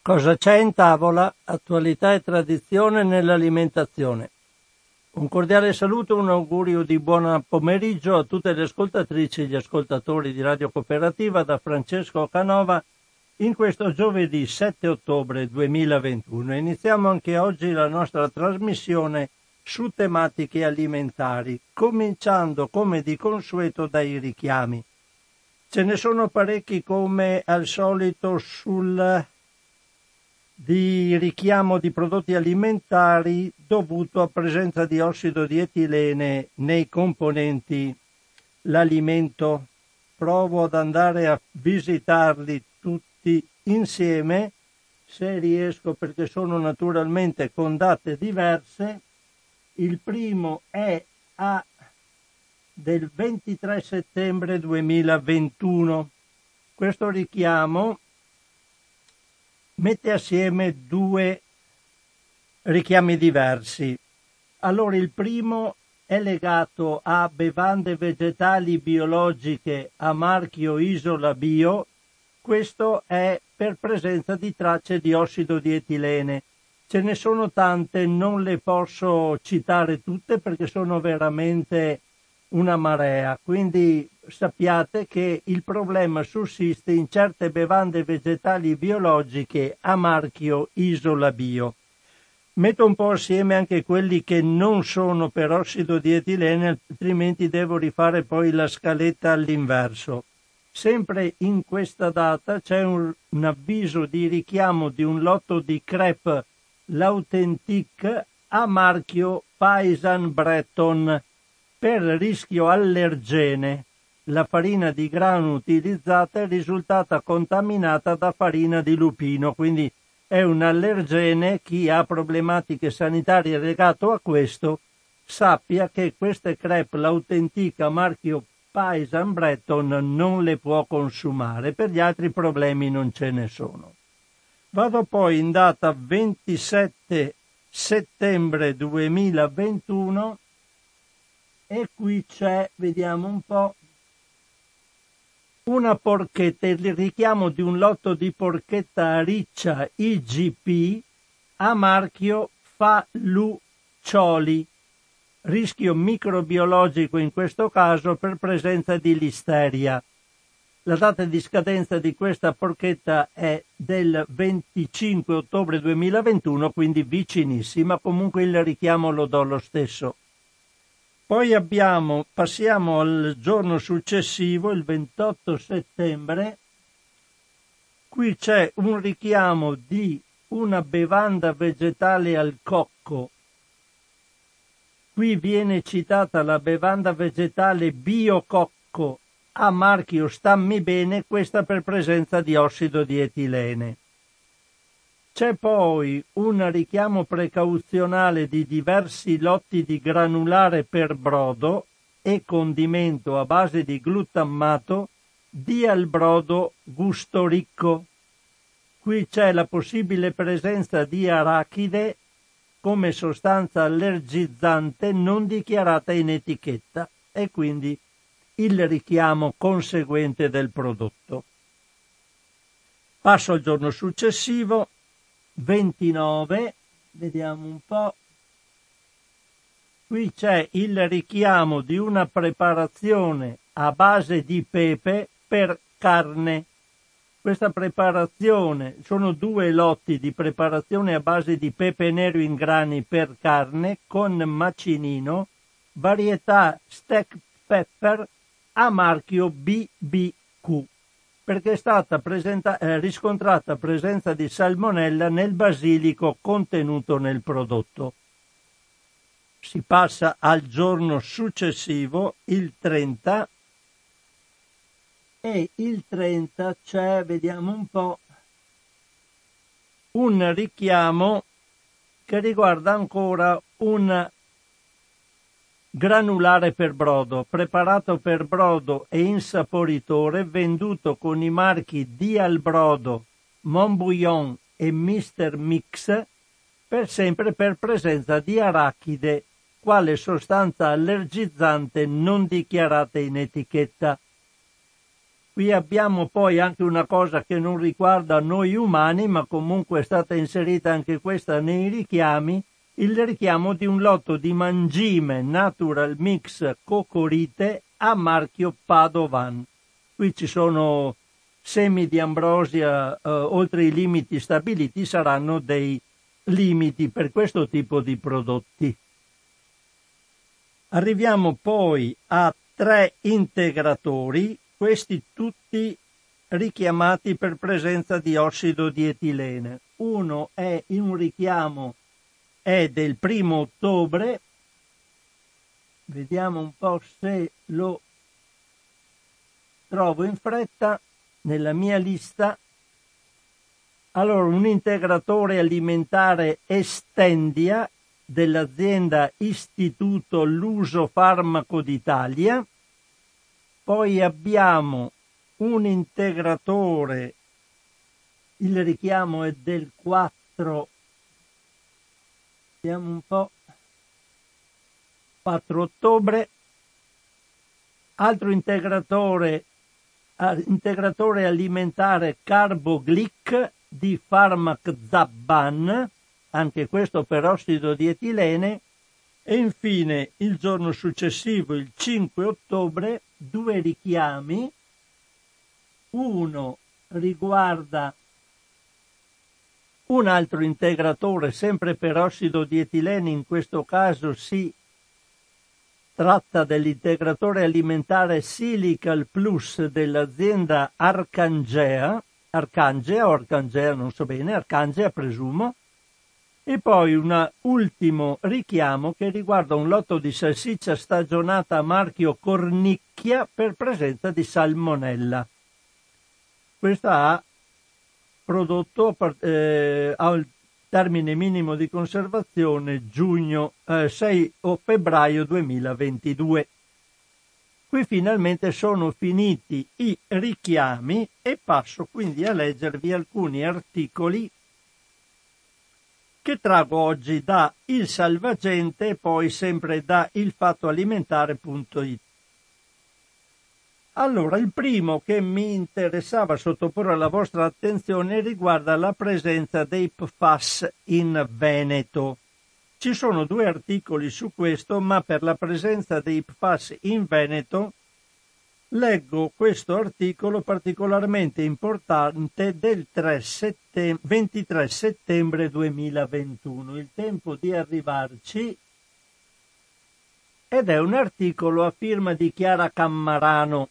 Cosa c'è in tavola? Attualità e tradizione nell'alimentazione. Un cordiale saluto, un augurio di buon pomeriggio a tutte le ascoltatrici e gli ascoltatori di Radio Cooperativa da Francesco Canova in questo giovedì 7 ottobre 2021. Iniziamo anche oggi la nostra trasmissione su tematiche alimentari, cominciando come di consueto dai richiami. Ce ne sono parecchi come al solito di richiamo di prodotti alimentari dovuto a presenza di ossido di etilene nei componenti l'alimento. Provo ad andare a visitarli tutti insieme se riesco, perché sono naturalmente con date diverse. Il primo è del 23 settembre 2021. Questo richiamo mette assieme due richiami diversi. Allora, il primo è legato a bevande vegetali biologiche a marchio Isola Bio. Questo è per presenza di tracce di ossido di etilene. Ce ne sono tante, non le posso citare tutte perché sono veramente una marea, quindi sappiate che il problema sussiste in certe bevande vegetali biologiche a marchio Isola Bio. Metto un po' assieme anche quelli che non sono per ossido di etilene, altrimenti devo rifare poi la scaletta all'inverso. Sempre in questa data c'è un avviso di richiamo di un lotto di crêpe L'Authentique a marchio Paysanne Breton per rischio allergene. La farina di grano utilizzata è risultata contaminata da farina di lupino, quindi è un allergene. Chi ha problematiche sanitarie legato a questo sappia che queste crêpe L'Authentique a marchio Paysanne Breton non le può consumare, per gli altri problemi non ce ne sono. Vado poi in data 27 settembre 2021 e qui c'è, vediamo un po', una porchetta, il richiamo di un lotto di porchetta riccia IGP a marchio Faluccioli, rischio microbiologico in questo caso per presenza di listeria. La data di scadenza di questa porchetta è del 25 ottobre 2021, quindi vicinissima, comunque il richiamo lo do lo stesso. Poi passiamo al giorno successivo, il 28 settembre. Qui c'è un richiamo di una bevanda vegetale al cocco. Qui viene citata la bevanda vegetale Biococco a marchio Stammi Bene, questa per presenza di ossido di etilene. C'è poi un richiamo precauzionale di diversi lotti di granulare per brodo e condimento a base di glutammato di al brodo gusto ricco. Qui c'è la possibile presenza di arachide come sostanza allergizzante non dichiarata in etichetta e quindi il richiamo conseguente del prodotto. Passo al giorno successivo, 29, vediamo un po'. Qui c'è il richiamo di una preparazione a base di pepe per carne. Questa preparazione, sono due lotti di preparazione a base di pepe nero in grani per carne con macinino, varietà Stack Pepper a marchio BBQ, perché è stata riscontrata presenza di salmonella nel basilico contenuto nel prodotto. Si passa al giorno successivo, il 30, e il 30 c'è, vediamo un po', un richiamo che riguarda ancora un granulare per brodo, preparato per brodo e insaporitore, venduto con i marchi Di al Brodo, Montbouillon e Mister Mix, sempre per presenza di arachide, quale sostanza allergizzante non dichiarata in etichetta. Qui abbiamo poi anche una cosa che non riguarda noi umani, ma comunque è stata inserita anche questa nei richiami, il richiamo di un lotto di mangime Natural Mix Cocorite a marchio Padovan. Qui ci sono semi di ambrosia, oltre i limiti stabiliti saranno dei limiti per questo tipo di prodotti. Arriviamo poi a 3 integratori, questi tutti richiamati per presenza di ossido di etilene. Uno è in un richiamo è del 1 ottobre, vediamo un po' se lo trovo in fretta nella mia lista. Allora, un integratore alimentare Estendia dell'azienda Istituto Luso Farmaco d'Italia. Poi abbiamo un integratore, il richiamo è del 4, vediamo un po', 4 ottobre, altro integratore alimentare Carboglic di Pharmac Zabban, anche questo per ossido di etilene. E infine il giorno successivo, il 5 ottobre, 2 richiami. Uno riguarda un altro integratore sempre per ossido di etilene, in questo caso si tratta dell'integratore alimentare Silical Plus dell'azienda Arcangea non so bene, Arcangea presumo. E poi un ultimo richiamo che riguarda un lotto di salsiccia stagionata a marchio Cornicchia per presenza di salmonella. Questa ha prodotto al termine minimo di conservazione 6 febbraio 2022. Qui finalmente sono finiti i richiami e passo quindi a leggervi alcuni articoli che traggo oggi da Il Salvagente e poi sempre da ilfattoalimentare.it. Allora, il primo che mi interessava sottoporre alla vostra attenzione riguarda la presenza dei PFAS in Veneto. Ci sono 2 articoli su questo, ma per la presenza dei PFAS in Veneto leggo questo articolo particolarmente importante del 23 settembre 2021, il tempo di arrivarci, ed è un articolo a firma di Chiara Cammarano.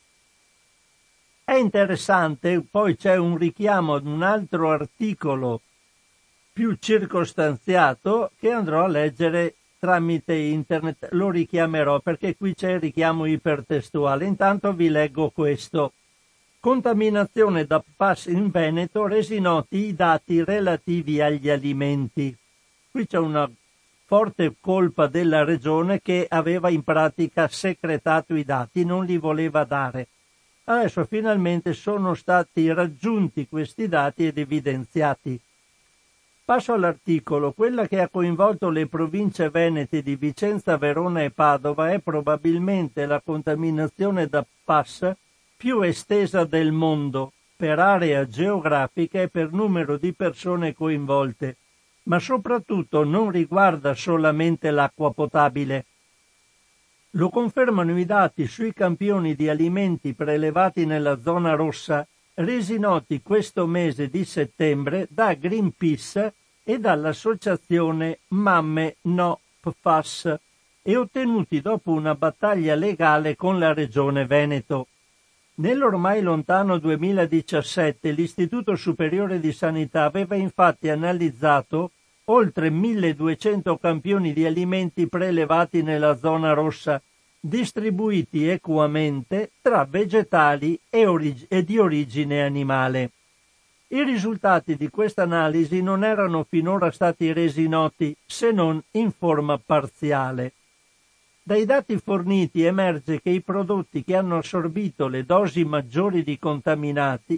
È interessante, poi c'è un richiamo ad un altro articolo più circostanziato che andrò a leggere tramite internet, lo richiamerò perché qui c'è il richiamo ipertestuale. Intanto vi leggo questo. Contaminazione da PFAS in Veneto, resi noti i dati relativi agli alimenti. Qui c'è una forte colpa della regione che aveva in pratica segretato i dati, non li voleva dare. Adesso finalmente sono stati raggiunti questi dati ed evidenziati. Passo all'articolo. Quella che ha coinvolto le province venete di Vicenza, Verona e Padova è probabilmente la contaminazione da PFAS più estesa del mondo, per area geografica e per numero di persone coinvolte, ma soprattutto non riguarda solamente l'acqua potabile. Lo confermano i dati sui campioni di alimenti prelevati nella zona rossa, resi noti questo mese di settembre da Greenpeace e dall'associazione Mamme No PFAS e ottenuti dopo una battaglia legale con la Regione Veneto. Nell'ormai lontano 2017 l'Istituto Superiore di Sanità aveva infatti analizzato oltre 1200 campioni di alimenti prelevati nella zona rossa, distribuiti equamente tra vegetali e di origine animale. I risultati di questa analisi non erano finora stati resi noti, se non in forma parziale. Dai dati forniti emerge che i prodotti che hanno assorbito le dosi maggiori di contaminanti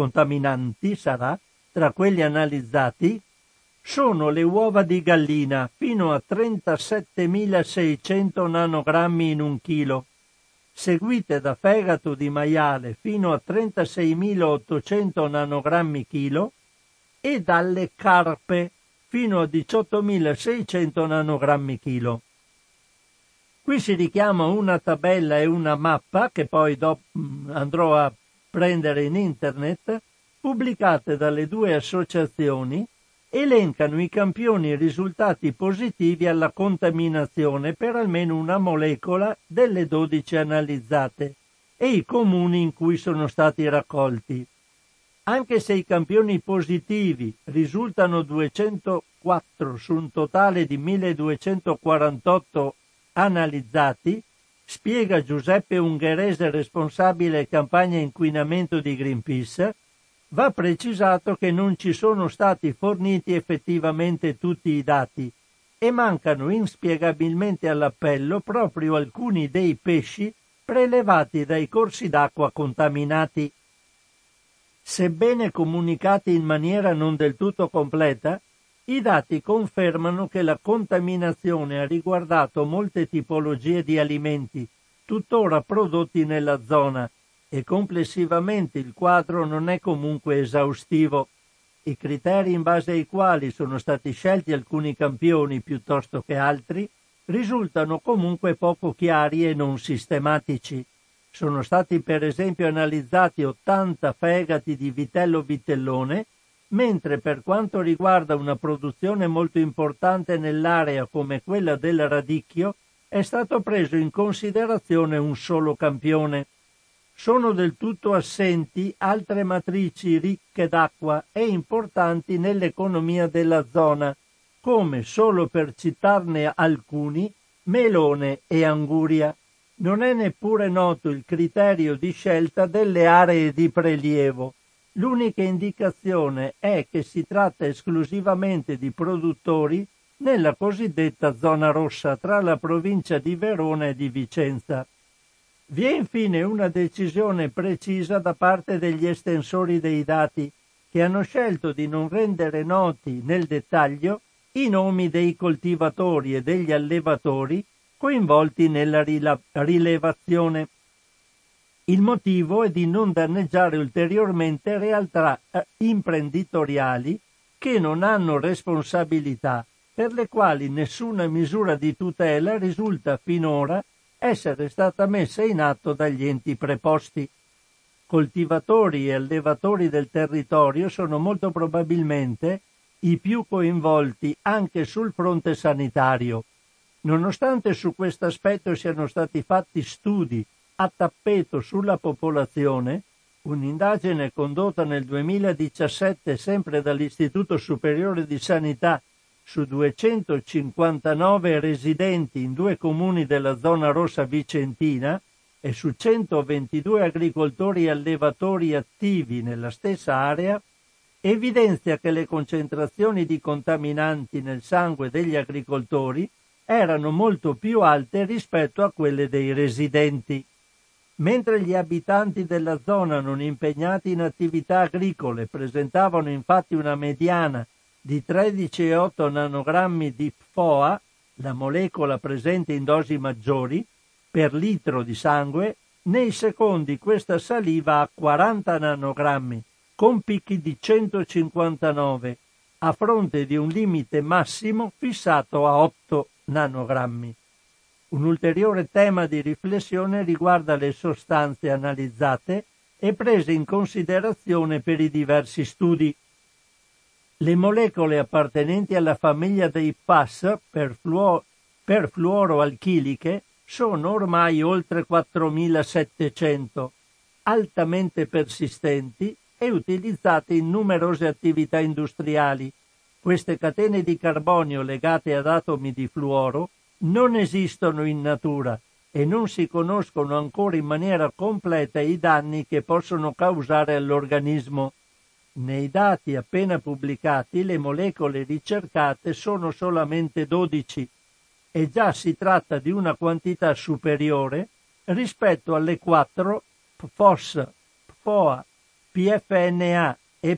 tra quelli analizzati, sono le uova di gallina fino a 37.600 nanogrammi in un chilo, seguite da fegato di maiale fino a 36.800 nanogrammi chilo e dalle carpe fino a 18.600 nanogrammi chilo. Qui si richiama una tabella e una mappa che poi andrò a prendere in internet, pubblicate dalle due associazioni, elencano i campioni risultati positivi alla contaminazione per almeno una molecola delle 12 analizzate e i comuni in cui sono stati raccolti. Anche se i campioni positivi risultano 204 su un totale di 1248 analizzati, spiega Giuseppe Ungherese, responsabile campagna inquinamento di Greenpeace, va precisato che non ci sono stati forniti effettivamente tutti i dati e mancano inspiegabilmente all'appello proprio alcuni dei pesci prelevati dai corsi d'acqua contaminati. Sebbene comunicati in maniera non del tutto completa, i dati confermano che la contaminazione ha riguardato molte tipologie di alimenti tuttora prodotti nella zona e complessivamente il quadro non è comunque esaustivo. I criteri in base ai quali sono stati scelti alcuni campioni piuttosto che altri risultano comunque poco chiari e non sistematici. Sono stati per esempio analizzati 80 fegati di vitello vitellone, mentre per quanto riguarda una produzione molto importante nell'area come quella del radicchio è stato preso in considerazione un solo campione. Sono del tutto assenti altre matrici ricche d'acqua e importanti nell'economia della zona, come, solo per citarne alcuni, melone e anguria. Non è neppure noto il criterio di scelta delle aree di prelievo. L'unica indicazione è che si tratta esclusivamente di produttori nella cosiddetta zona rossa tra la provincia di Verona e di Vicenza. Vi è infine una decisione precisa da parte degli estensori dei dati, che hanno scelto di non rendere noti nel dettaglio i nomi dei coltivatori e degli allevatori coinvolti nella rilevazione. Il motivo è di non danneggiare ulteriormente realtà imprenditoriali che non hanno responsabilità, per le quali nessuna misura di tutela risulta finora essere stata messa in atto dagli enti preposti. Coltivatori e allevatori del territorio sono molto probabilmente i più coinvolti anche sul fronte sanitario. Nonostante su questo aspetto siano stati fatti studi a tappeto sulla popolazione, un'indagine condotta nel 2017 sempre dall'Istituto Superiore di Sanità su 259 residenti in 2 comuni della zona rossa vicentina e su 122 agricoltori e allevatori attivi nella stessa area, evidenzia che le concentrazioni di contaminanti nel sangue degli agricoltori erano molto più alte rispetto a quelle dei residenti. Mentre gli abitanti della zona non impegnati in attività agricole presentavano infatti una mediana di 13,8 nanogrammi di PFOA, la molecola presente in dosi maggiori, per litro di sangue, nei secondi questa saliva a 40 nanogrammi, con picchi di 159, a fronte di un limite massimo fissato a 8 nanogrammi. Un ulteriore tema di riflessione riguarda le sostanze analizzate e prese in considerazione per i diversi studi. Le molecole appartenenti alla famiglia dei PAS perfluoroalchiliche sono ormai oltre 4.700, altamente persistenti e utilizzate in numerose attività industriali. Queste catene di carbonio legate ad atomi di fluoro non esistono in natura e non si conoscono ancora in maniera completa i danni che possono causare all'organismo. Nei dati appena pubblicati le molecole ricercate sono solamente 12 e già si tratta di una quantità superiore rispetto alle 4 PFOS, PFOA, PFNA e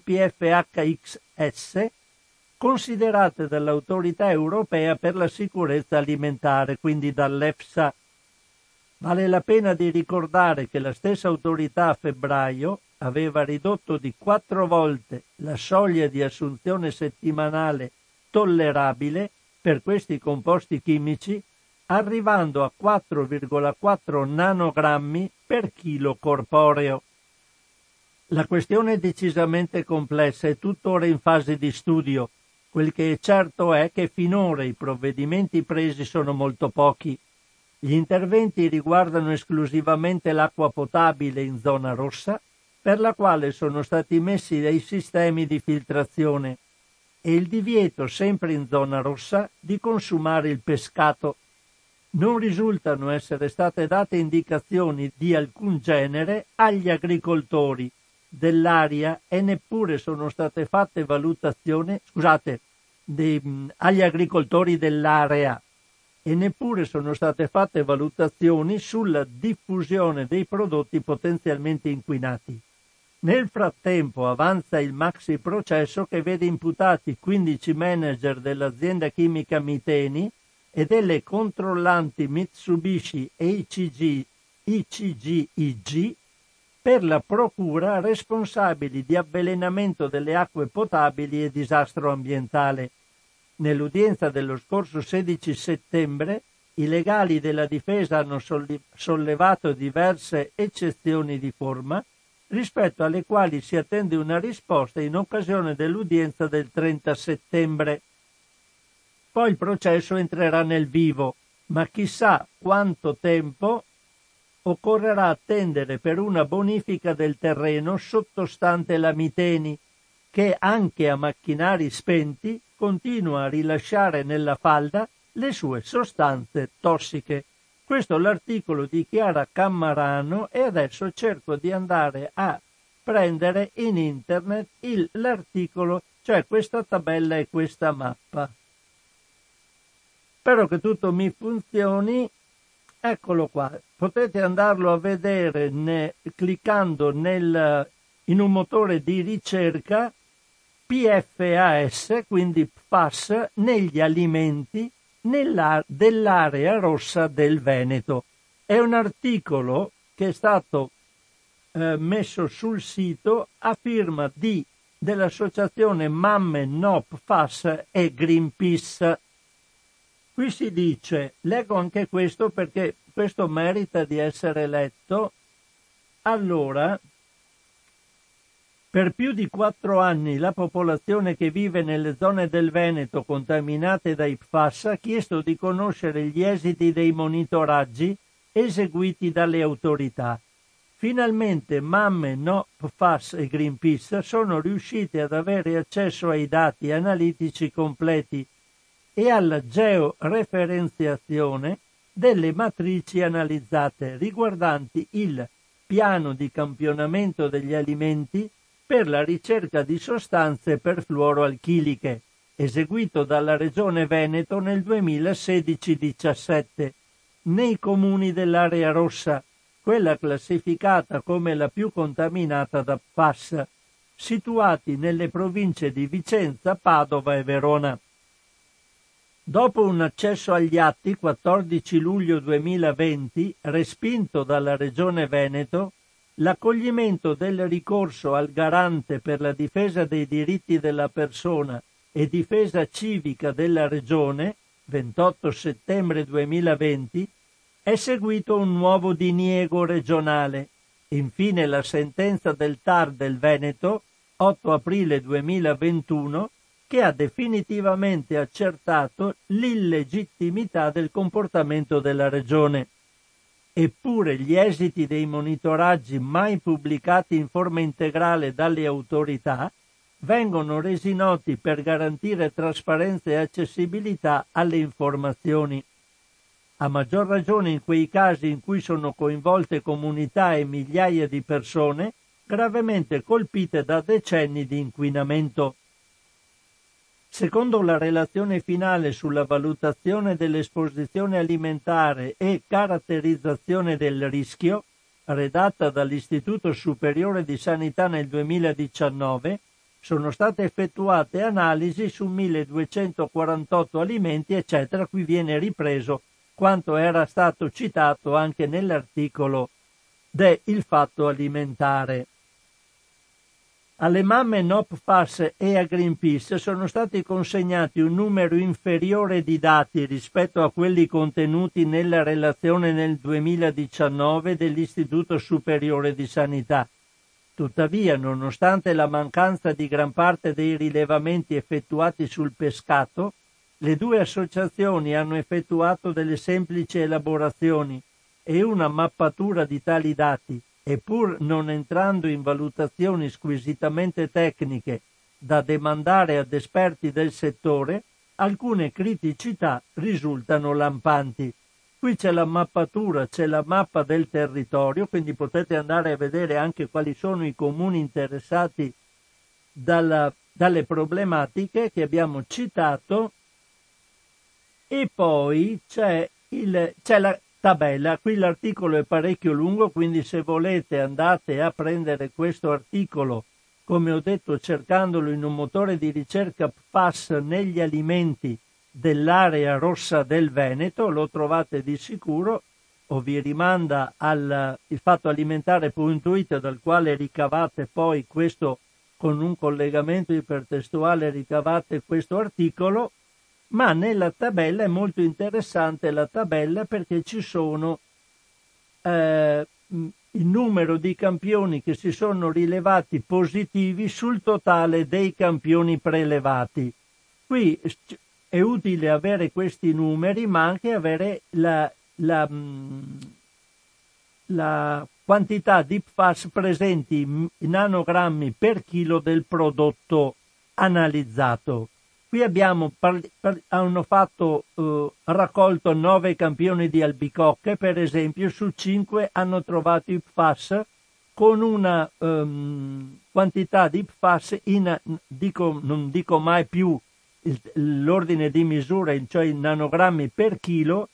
PFHXS considerate dall'Autorità Europea per la Sicurezza Alimentare, quindi dall'EFSA. Vale la pena di ricordare che la stessa autorità a febbraio aveva ridotto di 4 volte la soglia di assunzione settimanale tollerabile per questi composti chimici, arrivando a 4,4 nanogrammi per chilo corporeo. La questione è decisamente complessa e tuttora in fase di studio. Quel che è certo è che finora i provvedimenti presi sono molto pochi. Gli interventi riguardano esclusivamente l'acqua potabile in zona rossa, per la quale sono stati messi dei sistemi di filtrazione, e il divieto, sempre in zona rossa, di consumare il pescato. Non risultano essere state date indicazioni di alcun genere agli agricoltori dell'area e neppure sono state fatte valutazioni, agli agricoltori dell'area e neppure sono state fatte valutazioni sulla diffusione dei prodotti potenzialmente inquinati. Nel frattempo avanza il maxi processo che vede imputati 15 manager dell'azienda chimica Miteni e delle controllanti Mitsubishi e ICG per la procura responsabili di avvelenamento delle acque potabili e disastro ambientale. Nell'udienza dello scorso 16 settembre i legali della difesa hanno sollevato diverse eccezioni di forma, rispetto alle quali si attende una risposta in occasione dell'udienza del 30 settembre. Poi il processo entrerà nel vivo, ma chissà quanto tempo occorrerà attendere per una bonifica del terreno sottostante la Miteni, che anche a macchinari spenti continua a rilasciare nella falda le sue sostanze tossiche. Questo è l'articolo di Chiara Cammarano e adesso cerco di andare a prendere in internet l'articolo, cioè questa tabella e questa mappa. Spero che tutto mi funzioni. Eccolo qua, potete andarlo a vedere cliccando in un motore di ricerca PFAS, quindi PFAS, negli alimenti dell'area rossa del Veneto. È un articolo che è stato messo sul sito a firma dell'associazione Mamme No PFAS e Greenpeace. Qui si dice, leggo anche questo perché questo merita di essere letto. Allora, per più di 4 anni la popolazione che vive nelle zone del Veneto contaminate dai PFAS ha chiesto di conoscere gli esiti dei monitoraggi eseguiti dalle autorità. Finalmente Mamme No PFAS e Greenpeace sono riusciti ad avere accesso ai dati analitici completi e alla georeferenziazione delle matrici analizzate riguardanti il piano di campionamento degli alimenti per la ricerca di sostanze perfluoroalchiliche, eseguito dalla Regione Veneto nel 2016-17, nei comuni dell'area rossa, quella classificata come la più contaminata da PFAS, situati nelle province di Vicenza, Padova e Verona. Dopo un accesso agli atti 14 luglio 2020, respinto dalla Regione Veneto, l'accoglimento del ricorso al Garante per la difesa dei diritti della persona e difesa civica della Regione, 28 settembre 2020, è seguito un nuovo diniego regionale. Infine la sentenza del TAR del Veneto, 8 aprile 2021, che ha definitivamente accertato l'illegittimità del comportamento della Regione. Eppure gli esiti dei monitoraggi mai pubblicati in forma integrale dalle autorità vengono resi noti per garantire trasparenza e accessibilità alle informazioni. A maggior ragione in quei casi in cui sono coinvolte comunità e migliaia di persone gravemente colpite da decenni di inquinamento. Secondo la relazione finale sulla valutazione dell'esposizione alimentare e caratterizzazione del rischio, redatta dall'Istituto Superiore di Sanità nel 2019, sono state effettuate analisi su 1248 alimenti, eccetera. Qui viene ripreso quanto era stato citato anche nell'articolo de Il Fatto Alimentare. Alle mamme NOPFAS e a Greenpeace sono stati consegnati un numero inferiore di dati rispetto a quelli contenuti nella relazione nel 2019 dell'Istituto Superiore di Sanità. Tuttavia, nonostante la mancanza di gran parte dei rilevamenti effettuati sul pescato, le due associazioni hanno effettuato delle semplici elaborazioni e una mappatura di tali dati, e pur non entrando in valutazioni squisitamente tecniche da demandare ad esperti del settore, alcune criticità risultano lampanti. Qui c'è la mappatura, c'è la mappa del territorio, quindi potete andare a vedere anche quali sono i comuni interessati dalle problematiche che abbiamo citato, e poi c'è la tabella. Qui l'articolo è parecchio lungo, quindi se volete andate a prendere questo articolo, come ho detto, cercandolo in un motore di ricerca PFAS negli alimenti dell'area rossa del Veneto, lo trovate di sicuro, o vi rimanda al ilfattoalimentare.it, dal quale ricavate poi questo, con un collegamento ipertestuale ricavate questo articolo. Ma nella tabella è molto interessante la tabella, perché ci sono il numero di campioni che si sono rilevati positivi sul totale dei campioni prelevati. Qui è utile avere questi numeri, ma anche avere la quantità di PFAS presenti in nanogrammi per chilo del prodotto analizzato. Qui hanno raccolto 9 campioni di albicocche, per esempio, su 5 hanno trovato i PFAS con una quantità di PFAS non dico mai più l'ordine di misura, cioè in nanogrammi per chilo,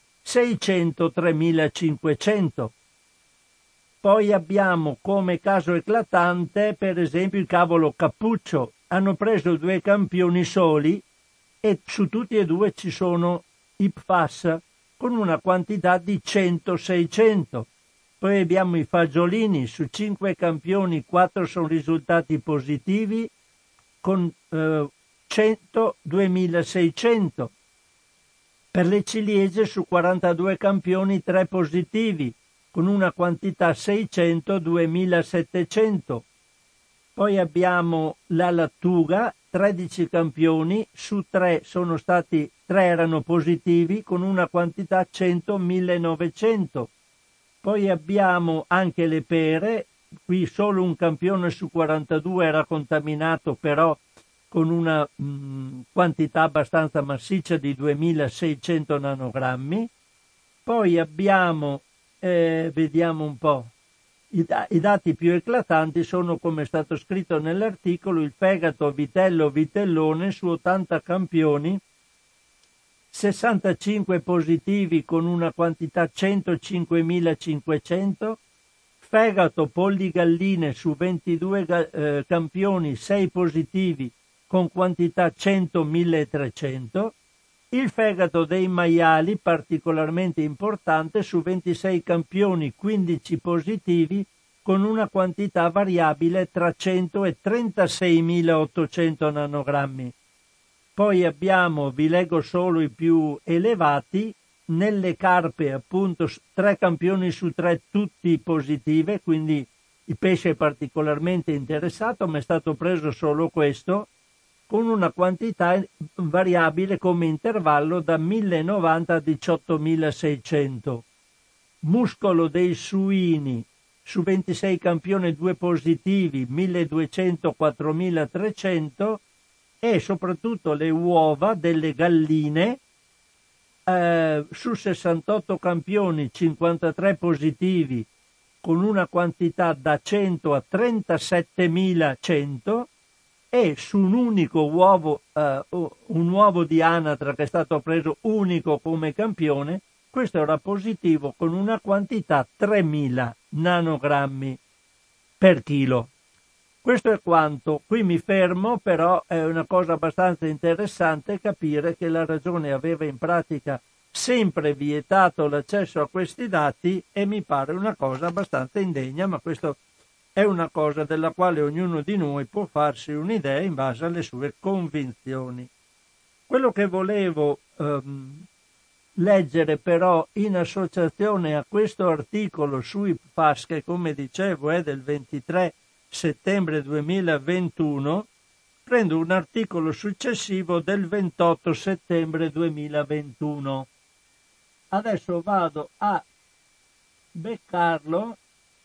603.500. Poi abbiamo come caso eclatante, per esempio, il cavolo cappuccio. Hanno preso 2 campioni soli e su tutti e 2 ci sono i PFAS con una quantità di 100-600. Poi abbiamo i fagiolini, su 5 campioni 4 sono risultati positivi con 100-2600. Per le ciliegie su 42 campioni 3 positivi con una quantità 600-2700. Poi abbiamo la lattuga, 13 campioni, su 3 erano positivi con una quantità 100-1900. Poi abbiamo anche le pere, qui solo un campione su 42 era contaminato, però con una quantità abbastanza massiccia di 2600 nanogrammi. Poi abbiamo, vediamo un po', i dati più eclatanti sono, come è stato scritto nell'articolo, il fegato vitello-vitellone su 80 campioni, 65 positivi con una quantità 105.500, fegato polli-galline su 22 campioni, 6 positivi con quantità 100.300, il fegato dei maiali, particolarmente importante, su 26 campioni, 15 positivi, con una quantità variabile tra 100 e 36.800 nanogrammi. Poi abbiamo, vi leggo solo i più elevati, nelle carpe appunto 3 campioni su 3 tutti positive, quindi il pesce è particolarmente interessato, ma è stato preso solo questo, con una quantità variabile come intervallo da 1090 a 18.600. Muscolo dei suini, su 26 campioni 2 positivi, 1.200 4.300, e soprattutto le uova delle galline, su 68 campioni 53 positivi, con una quantità da 100 a 37.100, e su un unico uovo, un uovo di anatra che è stato preso unico come campione, questo era positivo con una quantità 3.000 nanogrammi per chilo. Questo è quanto. Qui mi fermo, però è una cosa abbastanza interessante capire che la Regione aveva in pratica sempre vietato l'accesso a questi dati e mi pare una cosa abbastanza indegna, ma questo è una cosa della quale ognuno di noi può farsi un'idea in base alle sue convinzioni. Quello che volevo leggere però in associazione a questo articolo su IPFAS, che come dicevo è del 23 settembre 2021, prendo un articolo successivo del 28 settembre 2021. Adesso vado a beccarlo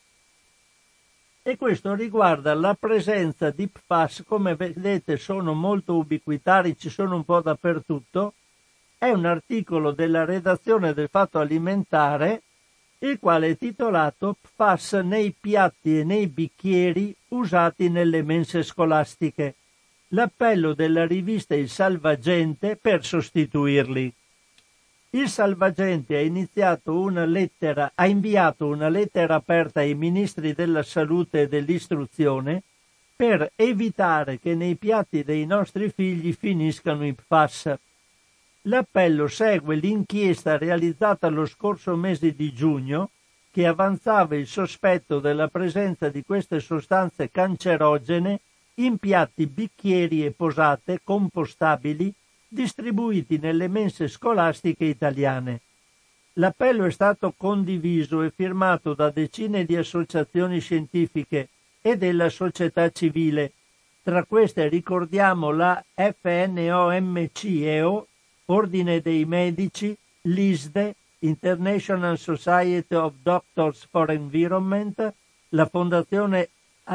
e questo riguarda la presenza di PFAS. Come vedete sono molto ubiquitari, ci sono un po' dappertutto. È un articolo della redazione del Fatto Alimentare, il quale è titolato PFAS nei piatti e nei bicchieri usati nelle mense scolastiche. L'appello della rivista Il Salvagente per sostituirli. Il Salvagente ha inviato una lettera aperta ai ministri della salute e dell'istruzione per evitare che nei piatti dei nostri figli finiscano i PFAS. L'appello segue l'inchiesta realizzata lo scorso mese di giugno, che avanzava il sospetto della presenza di queste sostanze cancerogene in piatti, bicchieri e posate compostabili distribuiti nelle mense scolastiche italiane. L'appello è stato condiviso e firmato da decine di associazioni scientifiche e della società civile. Tra queste ricordiamo la FNOMCEO, Ordine dei Medici, l'ISDE, International Society of Doctors for Environment, la Fondazione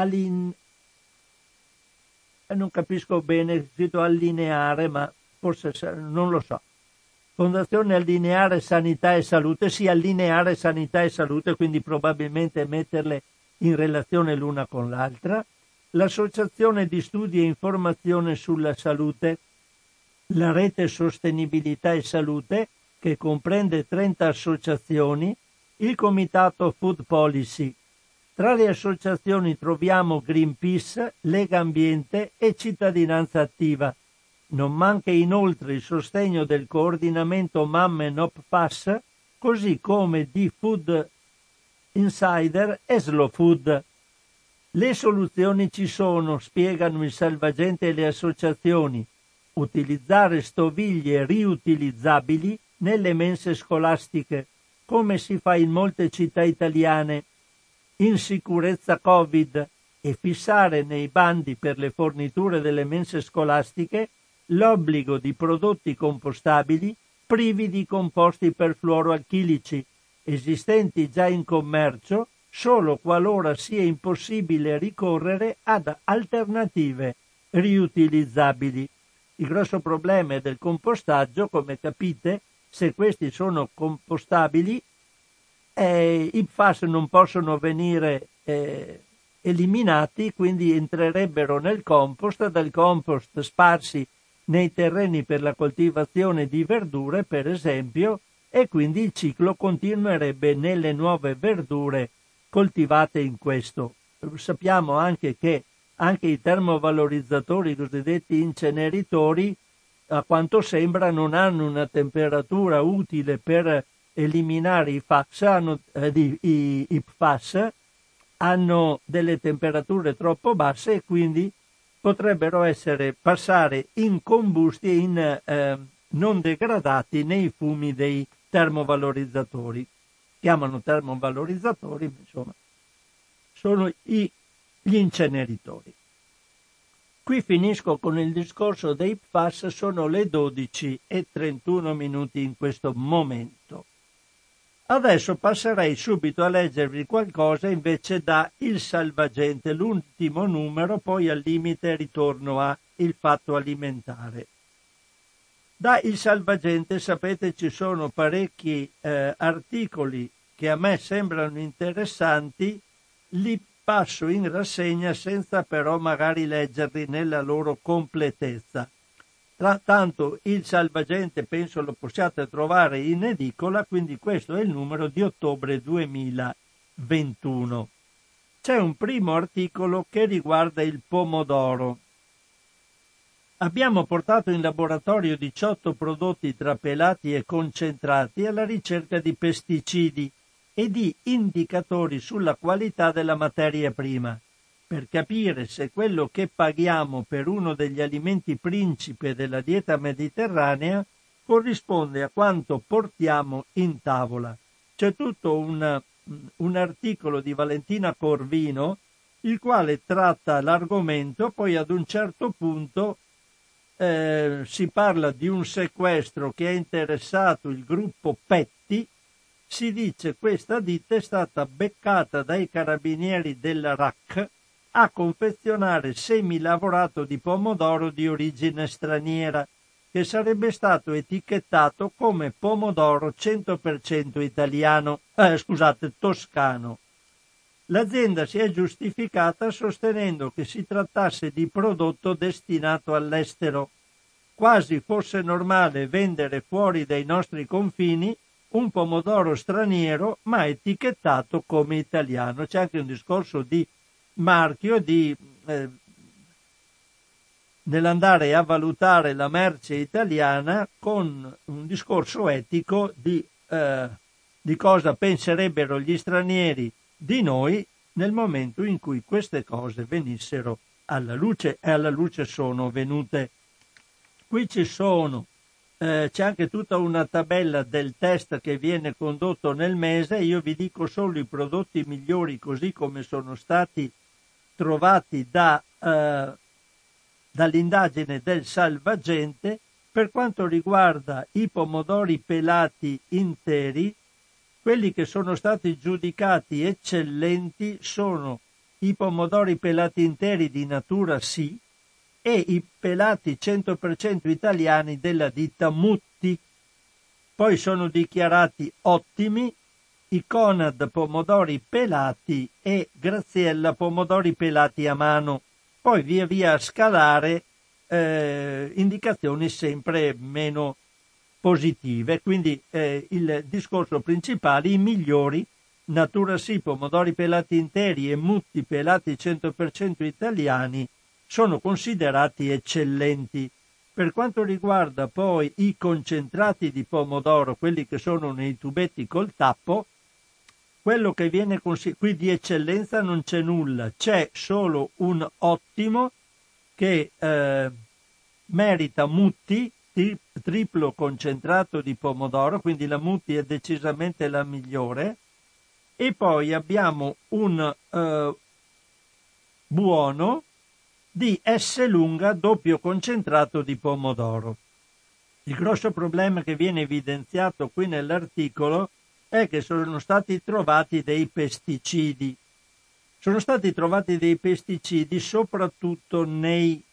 non capisco bene, scritto allineare, ma forse non lo so. Fondazione Allineare Sanità e Salute, sì, Allineare Sanità e Salute, quindi probabilmente metterle in relazione l'una con l'altra. L'Associazione di Studi e Informazione sulla Salute, la Rete Sostenibilità e Salute, che comprende 30 associazioni, il Comitato Food Policy. Tra le associazioni troviamo Greenpeace, Lega Ambiente e Cittadinanza Attiva. Non manca inoltre il sostegno del coordinamento Mamme No PFAS, così come di Food Insider e Slow Food. Le soluzioni ci sono, spiegano il Salvagente e le associazioni. Utilizzare stoviglie riutilizzabili nelle mense scolastiche, come si fa in molte città italiane, in sicurezza Covid, e fissare nei bandi per le forniture delle mense scolastiche l'obbligo di prodotti compostabili privi di composti perfluoroalchilici, esistenti già in commercio solo qualora sia impossibile ricorrere ad alternative riutilizzabili. Il grosso problema è del compostaggio, come capite, se questi sono compostabili, i PFAS non possono venire eliminati, quindi entrerebbero nel compost, dal compost sparsi nei terreni per la coltivazione di verdure, per esempio, e quindi il ciclo continuerebbe nelle nuove verdure coltivate in questo. Sappiamo anche che anche i termovalorizzatori, i cosiddetti inceneritori, a quanto sembra non hanno una temperatura utile per eliminare i PFAS, hanno delle temperature troppo basse e quindi potrebbero passare incombusti e non degradati nei fumi dei termovalorizzatori. Chiamano termovalorizzatori, ma insomma sono gli inceneritori. Qui finisco con il discorso dei PFAS, sono le 12:31 in questo momento. Adesso passerei subito a leggervi qualcosa invece da Il Salvagente, l'ultimo numero, poi al limite ritorno a Il Fatto Alimentare. Da Il Salvagente, sapete, ci sono parecchi articoli che a me sembrano interessanti, li passo in rassegna senza però magari leggerli nella loro completezza. Tanto Il Salvagente penso lo possiate trovare in edicola, quindi questo è il numero di ottobre 2021. C'è un primo articolo che riguarda il pomodoro. Abbiamo portato in laboratorio 18 prodotti tra pelati e concentrati alla ricerca di pesticidi e di indicatori sulla qualità della materia prima, per capire se quello che paghiamo per uno degli alimenti principe della dieta mediterranea corrisponde a quanto portiamo in tavola. C'è tutto un articolo di Valentina Corvino, il quale tratta l'argomento, poi ad un certo punto si parla di un sequestro che ha interessato il gruppo Petti. Si dice questa ditta è stata beccata dai carabinieri della RAC a confezionare semilavorato di pomodoro di origine straniera, che sarebbe stato etichettato come pomodoro 100% italiano, toscano. L'azienda si è giustificata sostenendo che si trattasse di prodotto destinato all'estero, quasi fosse normale vendere fuori dai nostri confini un pomodoro straniero ma etichettato come italiano. C'è anche un discorso di marchio, nell'andare a valutare la merce italiana con un discorso etico di cosa penserebbero gli stranieri di noi nel momento in cui queste cose venissero alla luce, e alla luce sono venute. Qui c'è anche tutta una tabella del test che viene condotto nel mese. Io vi dico solo i prodotti migliori così come sono stati trovati dall'indagine del Salvagente. Per quanto riguarda i pomodori pelati interi, quelli che sono stati giudicati eccellenti sono i pomodori pelati interi di Natura Sì e i pelati 100% italiani della ditta Mutti. Poi sono dichiarati ottimi i Conad pomodori pelati e Graziella pomodori pelati a mano. Poi via via a scalare indicazioni sempre meno positive, quindi il discorso principale: i migliori Natura Sì pomodori pelati interi e Mutti pelati 100% italiani sono considerati eccellenti. Per quanto riguarda poi i concentrati di pomodoro, quelli che sono nei tubetti col tappo, quello che viene qui di eccellenza non c'è nulla, c'è solo un ottimo che merita Mutti, triplo concentrato di pomodoro, quindi la Mutti è decisamente la migliore. E poi abbiamo un buono di S lunga doppio concentrato di pomodoro. Il grosso problema che viene evidenziato qui nell'articolo è che sono stati trovati dei pesticidi. Sono stati trovati dei pesticidi soprattutto nei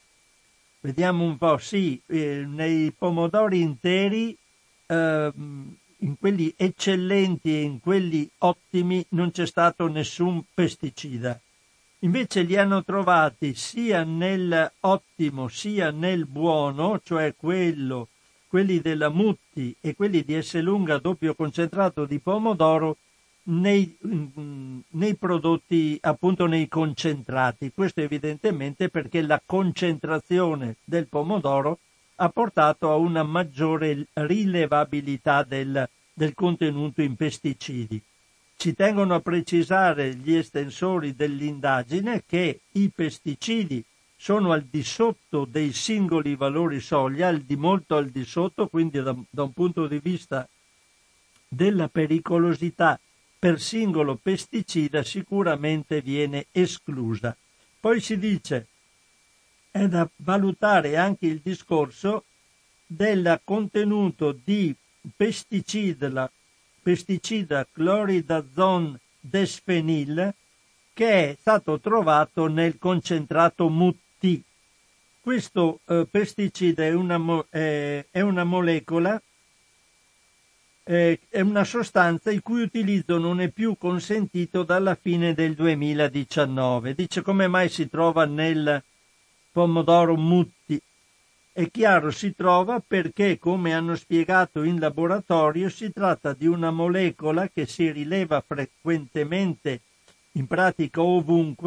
pomodori interi, in quelli eccellenti e in quelli ottimi non c'è stato nessun pesticida. Invece li hanno trovati sia nel ottimo sia nel buono, cioè quelli della Mutti e quelli di Esselunga doppio concentrato di pomodoro, nei prodotti, appunto nei concentrati. Questo evidentemente perché la concentrazione del pomodoro ha portato a una maggiore rilevabilità del contenuto in pesticidi. Ci tengono a precisare gli estensori dell'indagine che i pesticidi sono al di sotto dei singoli valori soglia, molto al di sotto, quindi da un punto di vista della pericolosità per singolo pesticida sicuramente viene esclusa. Poi si dice è da valutare anche il discorso del contenuto di pesticida cloridazon desfenil che è stato trovato nel concentrato Mutti. Questo pesticida è una molecola, è una sostanza il cui utilizzo non è più consentito dalla fine del 2019. Dice come mai si trova nel pomodoro Mutti. È chiaro, si trova perché, come hanno spiegato in laboratorio, si tratta di una molecola che si rileva frequentemente, in pratica ovunque,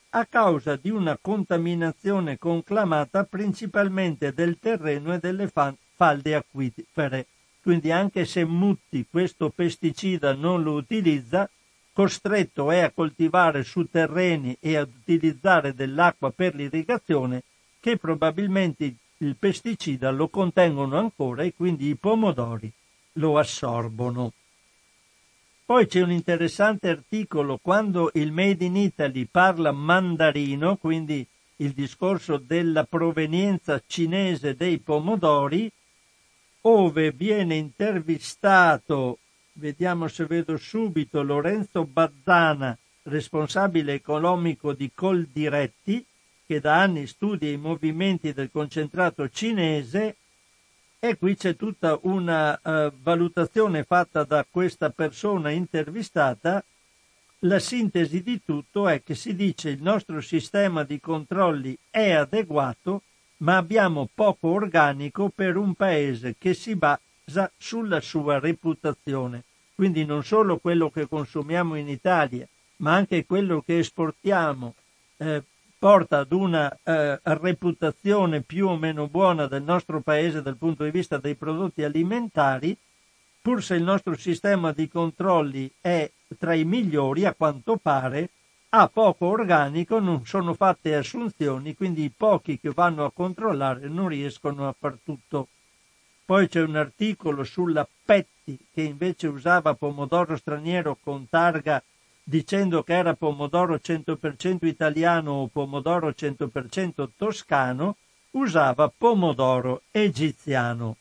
a causa di una contaminazione conclamata principalmente del terreno e delle falde acquifere. Quindi anche se Mutti questo pesticida non lo utilizza, costretto è a coltivare su terreni e ad utilizzare dell'acqua per l'irrigazione che probabilmente il pesticida lo contengono ancora e quindi i pomodori lo assorbono. Poi c'è un interessante articolo quando il Made in Italy parla mandarino, quindi il discorso della provenienza cinese dei pomodori, ove viene intervistato, vediamo se vedo subito, Lorenzo Bazzana, responsabile economico di Coldiretti, che da anni studia i movimenti del concentrato cinese, e qui c'è tutta una valutazione fatta da questa persona intervistata. La sintesi di tutto è che si dice il nostro sistema di controlli è adeguato, ma abbiamo poco organico per un paese che si basa sulla sua reputazione. Quindi non solo quello che consumiamo in Italia, ma anche quello che esportiamo porta ad una reputazione più o meno buona del nostro paese dal punto di vista dei prodotti alimentari, pur se il nostro sistema di controlli è tra i migliori, a quanto pare, ha poco organico, non sono fatte assunzioni, quindi i pochi che vanno a controllare non riescono a far tutto. Poi c'è un articolo sulla Petti, che invece usava pomodoro straniero con targa dicendo che era pomodoro 100% italiano o pomodoro 100% toscano, usava pomodoro egiziano.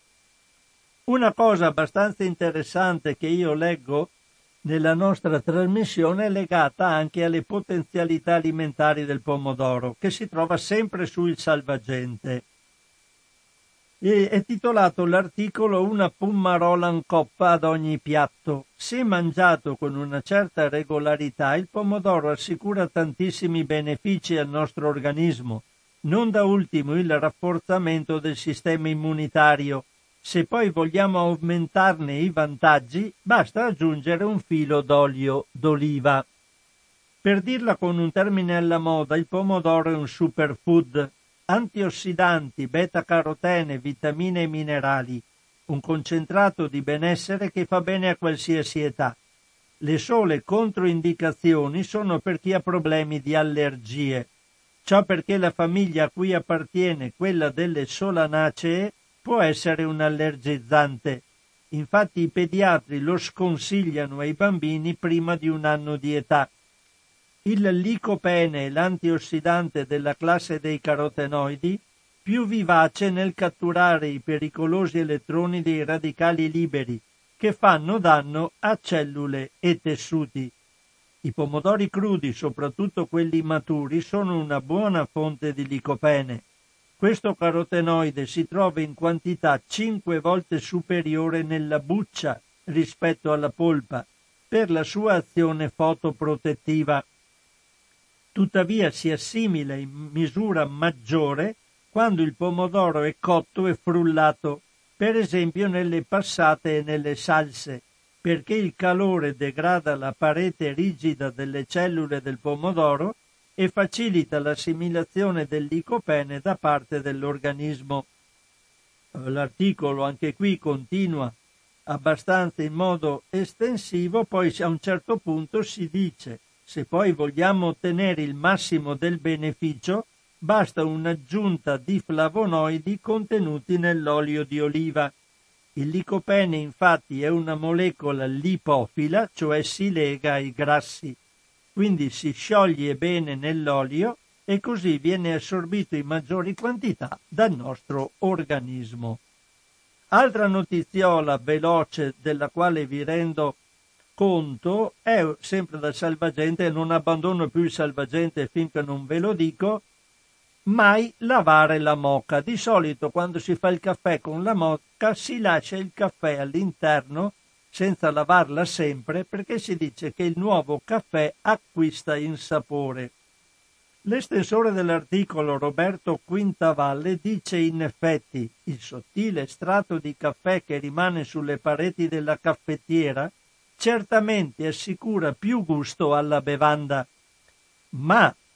Una cosa abbastanza interessante che io leggo nella nostra trasmissione è legata anche alle potenzialità alimentari del pomodoro, che si trova sempre su Il Salvagente. È titolato l'articolo Una pummarola in coppa ad ogni piatto. Se mangiato con una certa regolarità, il pomodoro assicura tantissimi benefici al nostro organismo, non da ultimo il rafforzamento del sistema immunitario. Se poi vogliamo aumentarne i vantaggi, basta aggiungere un filo d'olio d'oliva. Per dirla con un termine alla moda, il pomodoro è un superfood. Antiossidanti, beta-carotene, vitamine e minerali, un concentrato di benessere che fa bene a qualsiasi età. Le sole controindicazioni sono per chi ha problemi di allergie. Ciò perché la famiglia a cui appartiene, quella delle solanacee, può essere un allergizzante. Infatti i pediatri lo sconsigliano ai bambini prima di 1 anno di età. Il licopene è l'antiossidante della classe dei carotenoidi, più vivace nel catturare i pericolosi elettroni dei radicali liberi, che fanno danno a cellule e tessuti. I pomodori crudi, soprattutto quelli maturi, sono una buona fonte di licopene. Questo carotenoide si trova in quantità 5 volte superiore nella buccia rispetto alla polpa, per la sua azione fotoprotettiva. Tuttavia si assimila in misura maggiore quando il pomodoro è cotto e frullato, per esempio nelle passate e nelle salse, perché il calore degrada la parete rigida delle cellule del pomodoro e facilita l'assimilazione del licopene da parte dell'organismo. L'articolo anche qui continua abbastanza in modo estensivo, poi a un certo punto si dice: se poi vogliamo ottenere il massimo del beneficio, basta un'aggiunta di flavonoidi contenuti nell'olio di oliva. Il licopene infatti è una molecola lipofila, cioè si lega ai grassi, quindi si scioglie bene nell'olio e così viene assorbito in maggiori quantità dal nostro organismo. Altra notiziola veloce della quale vi rendo conto è sempre dal Salvagente, e non abbandono più il Salvagente finché non ve lo dico: mai lavare la moka. Di solito quando si fa il caffè con la moka si lascia il caffè all'interno senza lavarla sempre, perché si dice che il nuovo caffè acquista in sapore. L'estensore dell'articolo, Roberto Quintavalle, dice in effetti il sottile strato di caffè che rimane sulle pareti della caffettiera certamente assicura più gusto alla bevanda, ma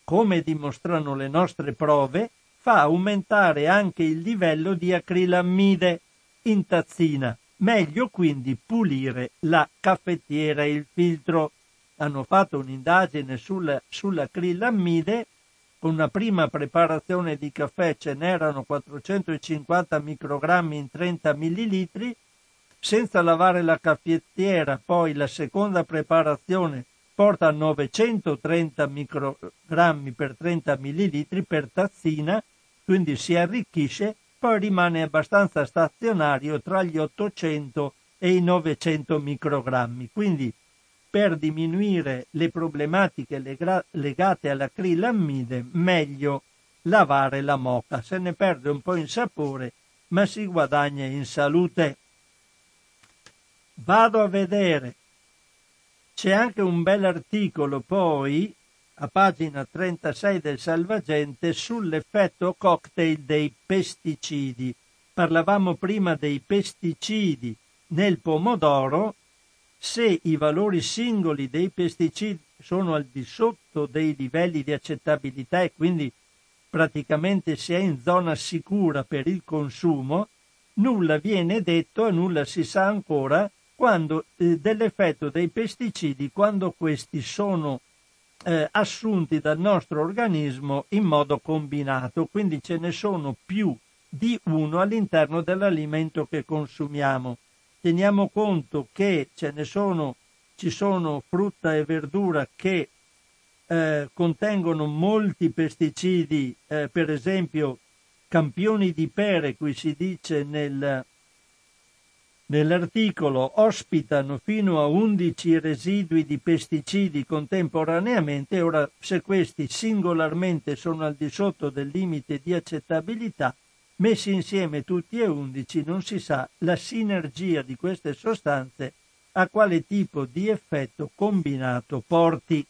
come dimostrano le nostre prove, fa aumentare anche il livello di acrilammide in tazzina. Meglio quindi pulire la caffettiera e il filtro. Hanno fatto un'indagine sull'acrilammide. Con una prima preparazione di caffè ce n'erano 450 microgrammi in 30 millilitri. Senza lavare la caffettiera, poi la seconda preparazione porta a 930 microgrammi per 30 millilitri per tazzina, quindi si arricchisce, poi rimane abbastanza stazionario tra gli 800 e i 900 microgrammi. Quindi per diminuire le problematiche legate all'acrilammide, meglio lavare la moka. Se ne perde un po' in sapore, ma si guadagna in salute. Vado a vedere. C'è anche un bell'articolo poi, a pagina 36 del Salvagente, sull'effetto cocktail dei pesticidi. Parlavamo prima dei pesticidi nel pomodoro. Se i valori singoli dei pesticidi sono al di sotto dei livelli di accettabilità e quindi praticamente si è in zona sicura per il consumo, nulla viene detto e nulla si sa ancora dell'effetto dei pesticidi quando questi sono assunti dal nostro organismo in modo combinato, quindi ce ne sono più di uno all'interno dell'alimento che consumiamo. Teniamo conto che ci sono frutta e verdura che contengono molti pesticidi, per esempio campioni di pere, qui si dice nell'articolo, ospitano fino a 11 residui di pesticidi contemporaneamente. Ora, se questi singolarmente sono al di sotto del limite di accettabilità, messi insieme tutti e 11 non si sa la sinergia di queste sostanze a quale tipo di effetto combinato porti.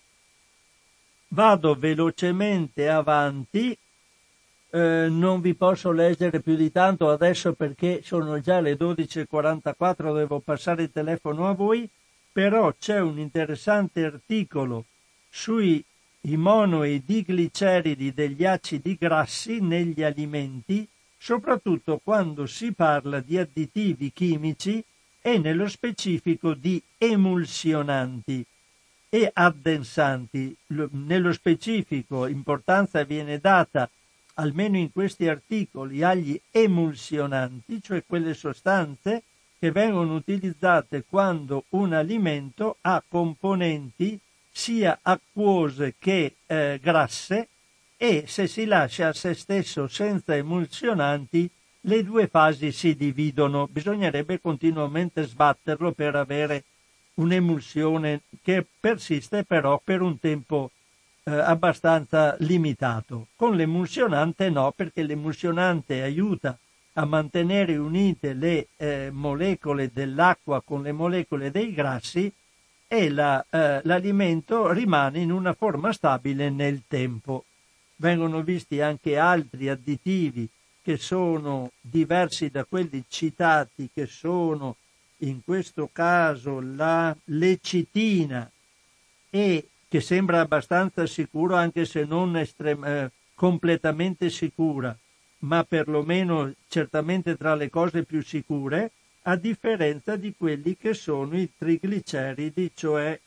Vado velocemente avanti, non vi posso leggere più di tanto adesso perché sono già le 12:44, devo passare il telefono a voi, però c'è un interessante articolo sui mono e digliceridi degli acidi grassi negli alimenti, soprattutto quando si parla di additivi chimici e nello specifico di emulsionanti e addensanti. Nello specifico importanza viene data, almeno in questi articoli, agli emulsionanti, cioè quelle sostanze che vengono utilizzate quando un alimento ha componenti sia acquose che grasse, e se si lascia a se stesso senza emulsionanti le due fasi si dividono. Bisognerebbe continuamente sbatterlo per avere un'emulsione che persiste però per un tempo abbastanza limitato. Con l'emulsionante no, perché l'emulsionante aiuta a mantenere unite le molecole dell'acqua con le molecole dei grassi e l'alimento rimane in una forma stabile nel tempo. Vengono visti anche altri additivi che sono diversi da quelli citati, che sono in questo caso la lecitina, e che sembra abbastanza sicuro anche se non completamente sicura, ma perlomeno certamente tra le cose più sicure, a differenza di quelli che sono i trigliceridi, cioè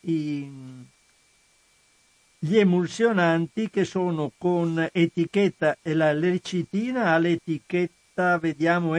gli emulsionanti che sono con etichetta, e la lecitina ha l'etichetta, vediamo,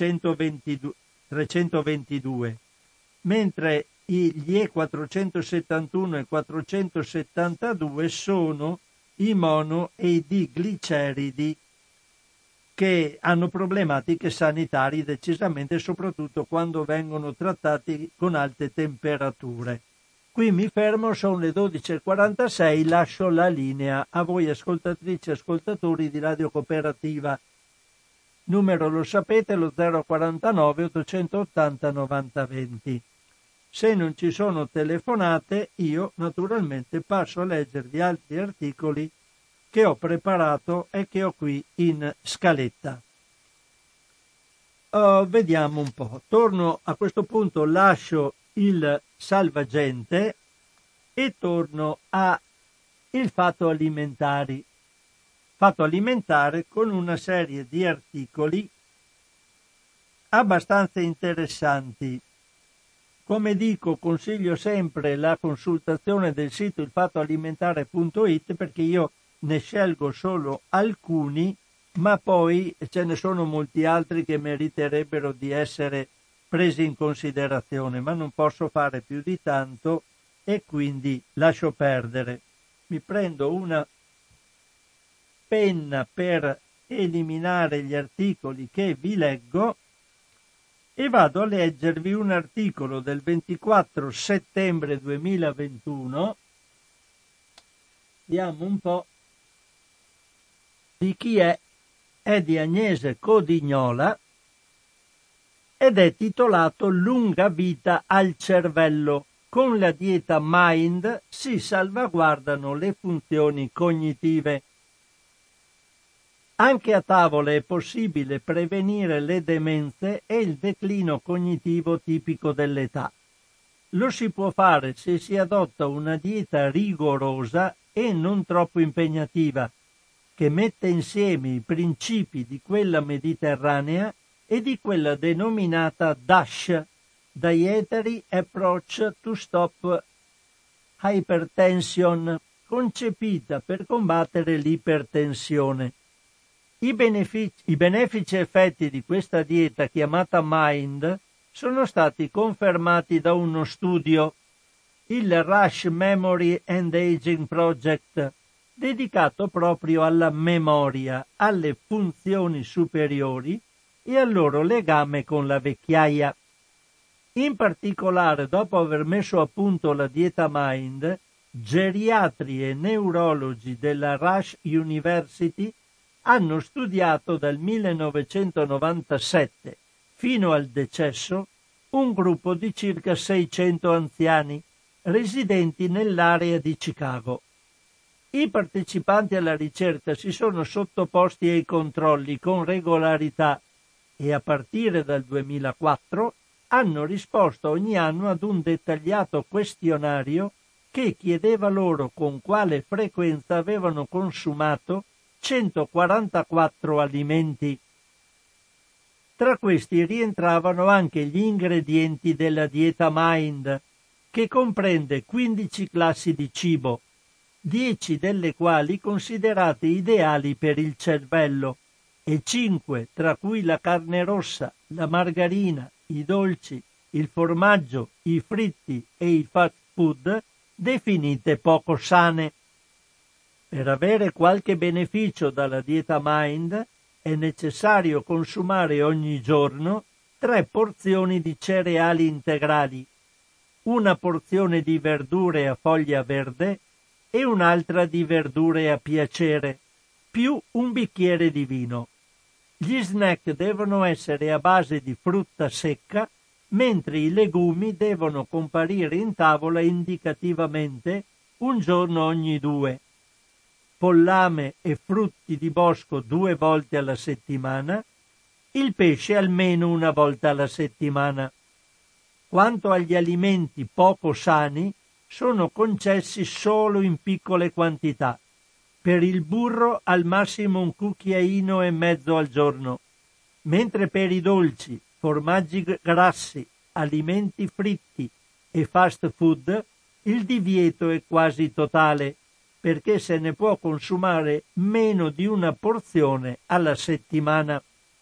E322, mentre gli E471 e 472 sono i mono e i digliceridi che hanno problematiche sanitarie decisamente, soprattutto quando vengono trattati con alte temperature. Qui mi fermo, sono le 12:46, lascio la linea a voi ascoltatrici e ascoltatori di Radio Cooperativa. Numero lo sapete, lo 049 880 90 20. Se non ci sono telefonate, io naturalmente passo a leggervi altri articoli che ho preparato e che ho qui in scaletta. Vediamo un po'. Torno a questo punto, lascio il Salvagente e torno a il fatto alimentare con una serie di articoli abbastanza interessanti. Come dico, consiglio sempre la consultazione del sito ilfattoalimentare.it, perché io ne scelgo solo alcuni, ma poi ce ne sono molti altri che meriterebbero di essere presi in considerazione, ma non posso fare più di tanto e quindi lascio perdere. Mi prendo una penna per eliminare gli articoli che vi leggo e vado a leggervi un articolo del 24 settembre 2021. Vediamo un po' di chi è di Agnese Codignola ed è titolato Lunga vita al cervello. Con la dieta Mind si salvaguardano le funzioni cognitive. Anche a tavola è possibile prevenire le demenze e il declino cognitivo tipico dell'età. Lo si può fare se si adotta una dieta rigorosa e non troppo impegnativa, che mette insieme i principi di quella mediterranea e di quella denominata DASH, Dietary Approach to Stop Hypertension, concepita per combattere l'ipertensione. I benefici effetti di questa dieta chiamata Mind sono stati confermati da uno studio, il Rush Memory and Aging Project, dedicato proprio alla memoria, alle funzioni superiori e al loro legame con la vecchiaia. In particolare, dopo aver messo a punto la dieta Mind, geriatri e neurologi della Rush University hanno studiato dal 1997 fino al decesso un gruppo di circa 600 anziani residenti nell'area di Chicago. I partecipanti alla ricerca si sono sottoposti ai controlli con regolarità e a partire dal 2004 hanno risposto ogni anno ad un dettagliato questionario che chiedeva loro con quale frequenza avevano consumato 144 alimenti. Tra questi rientravano anche gli ingredienti della dieta Mind, che comprende 15 classi di cibo, 10 delle quali considerate ideali per il cervello e 5, tra cui la carne rossa, la margarina, i dolci, il formaggio, i fritti e i fast food, definite poco sane. Per avere qualche beneficio dalla dieta Mind è necessario consumare ogni giorno 3 porzioni di cereali integrali, una porzione di verdure a foglia verde e un'altra di verdure a piacere, più un bicchiere di vino. Gli snack devono essere a base di frutta secca, mentre i legumi devono comparire in tavola indicativamente un giorno ogni 2. Pollame e frutti di bosco 2 volte alla settimana, il pesce almeno una volta alla settimana. Quanto agli alimenti poco sani, sono concessi solo in piccole quantità. Per il burro al massimo un cucchiaino e mezzo al giorno, mentre per i dolci, formaggi grassi, alimenti fritti e fast food il divieto è quasi totale, perché se ne può consumare meno di una porzione alla settimana.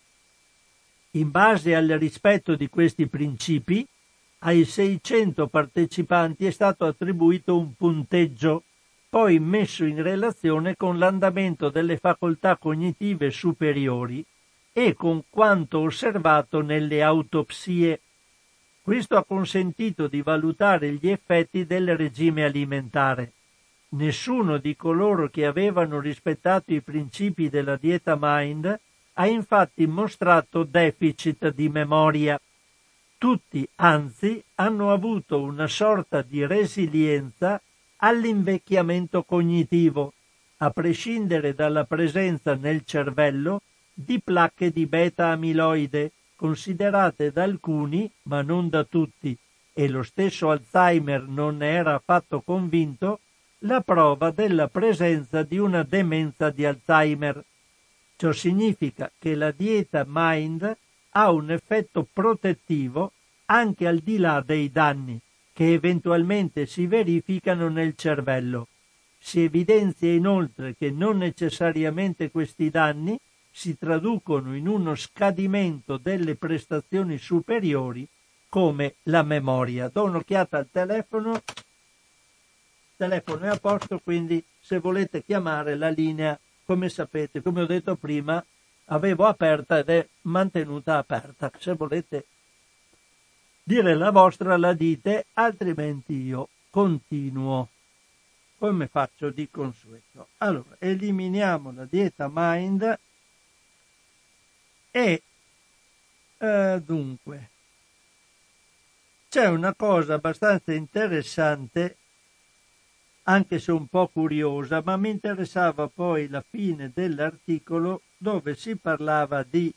In base al rispetto di questi principi, ai 600 partecipanti è stato attribuito un punteggio, poi messo in relazione con l'andamento delle facoltà cognitive superiori e con quanto osservato nelle autopsie. Questo ha consentito di valutare gli effetti del regime alimentare. Nessuno di coloro che avevano rispettato i principi della dieta Mind ha infatti mostrato deficit di memoria. Tutti, anzi, hanno avuto una sorta di resilienza all'invecchiamento cognitivo, a prescindere dalla presenza nel cervello di placche di beta-amiloide, considerate da alcuni, ma non da tutti, e lo stesso Alzheimer non ne era affatto convinto, la prova della presenza di una demenza di Alzheimer. Ciò significa che la dieta Mind ha un effetto protettivo anche al di là dei danni che eventualmente si verificano nel cervello. Si evidenzia inoltre che non necessariamente questi danni si traducono in uno scadimento delle prestazioni superiori come la memoria. Do un'occhiata al telefono. Il telefono è a posto, quindi se volete chiamare la linea, come sapete, come ho detto prima, avevo aperta ed è mantenuta aperta. Se volete dire la vostra la dite, altrimenti io continuo come faccio di consueto. Allora, eliminiamo la dieta Mind e dunque c'è una cosa abbastanza interessante, anche se un po' curiosa, ma mi interessava poi la fine dell'articolo dove si parlava di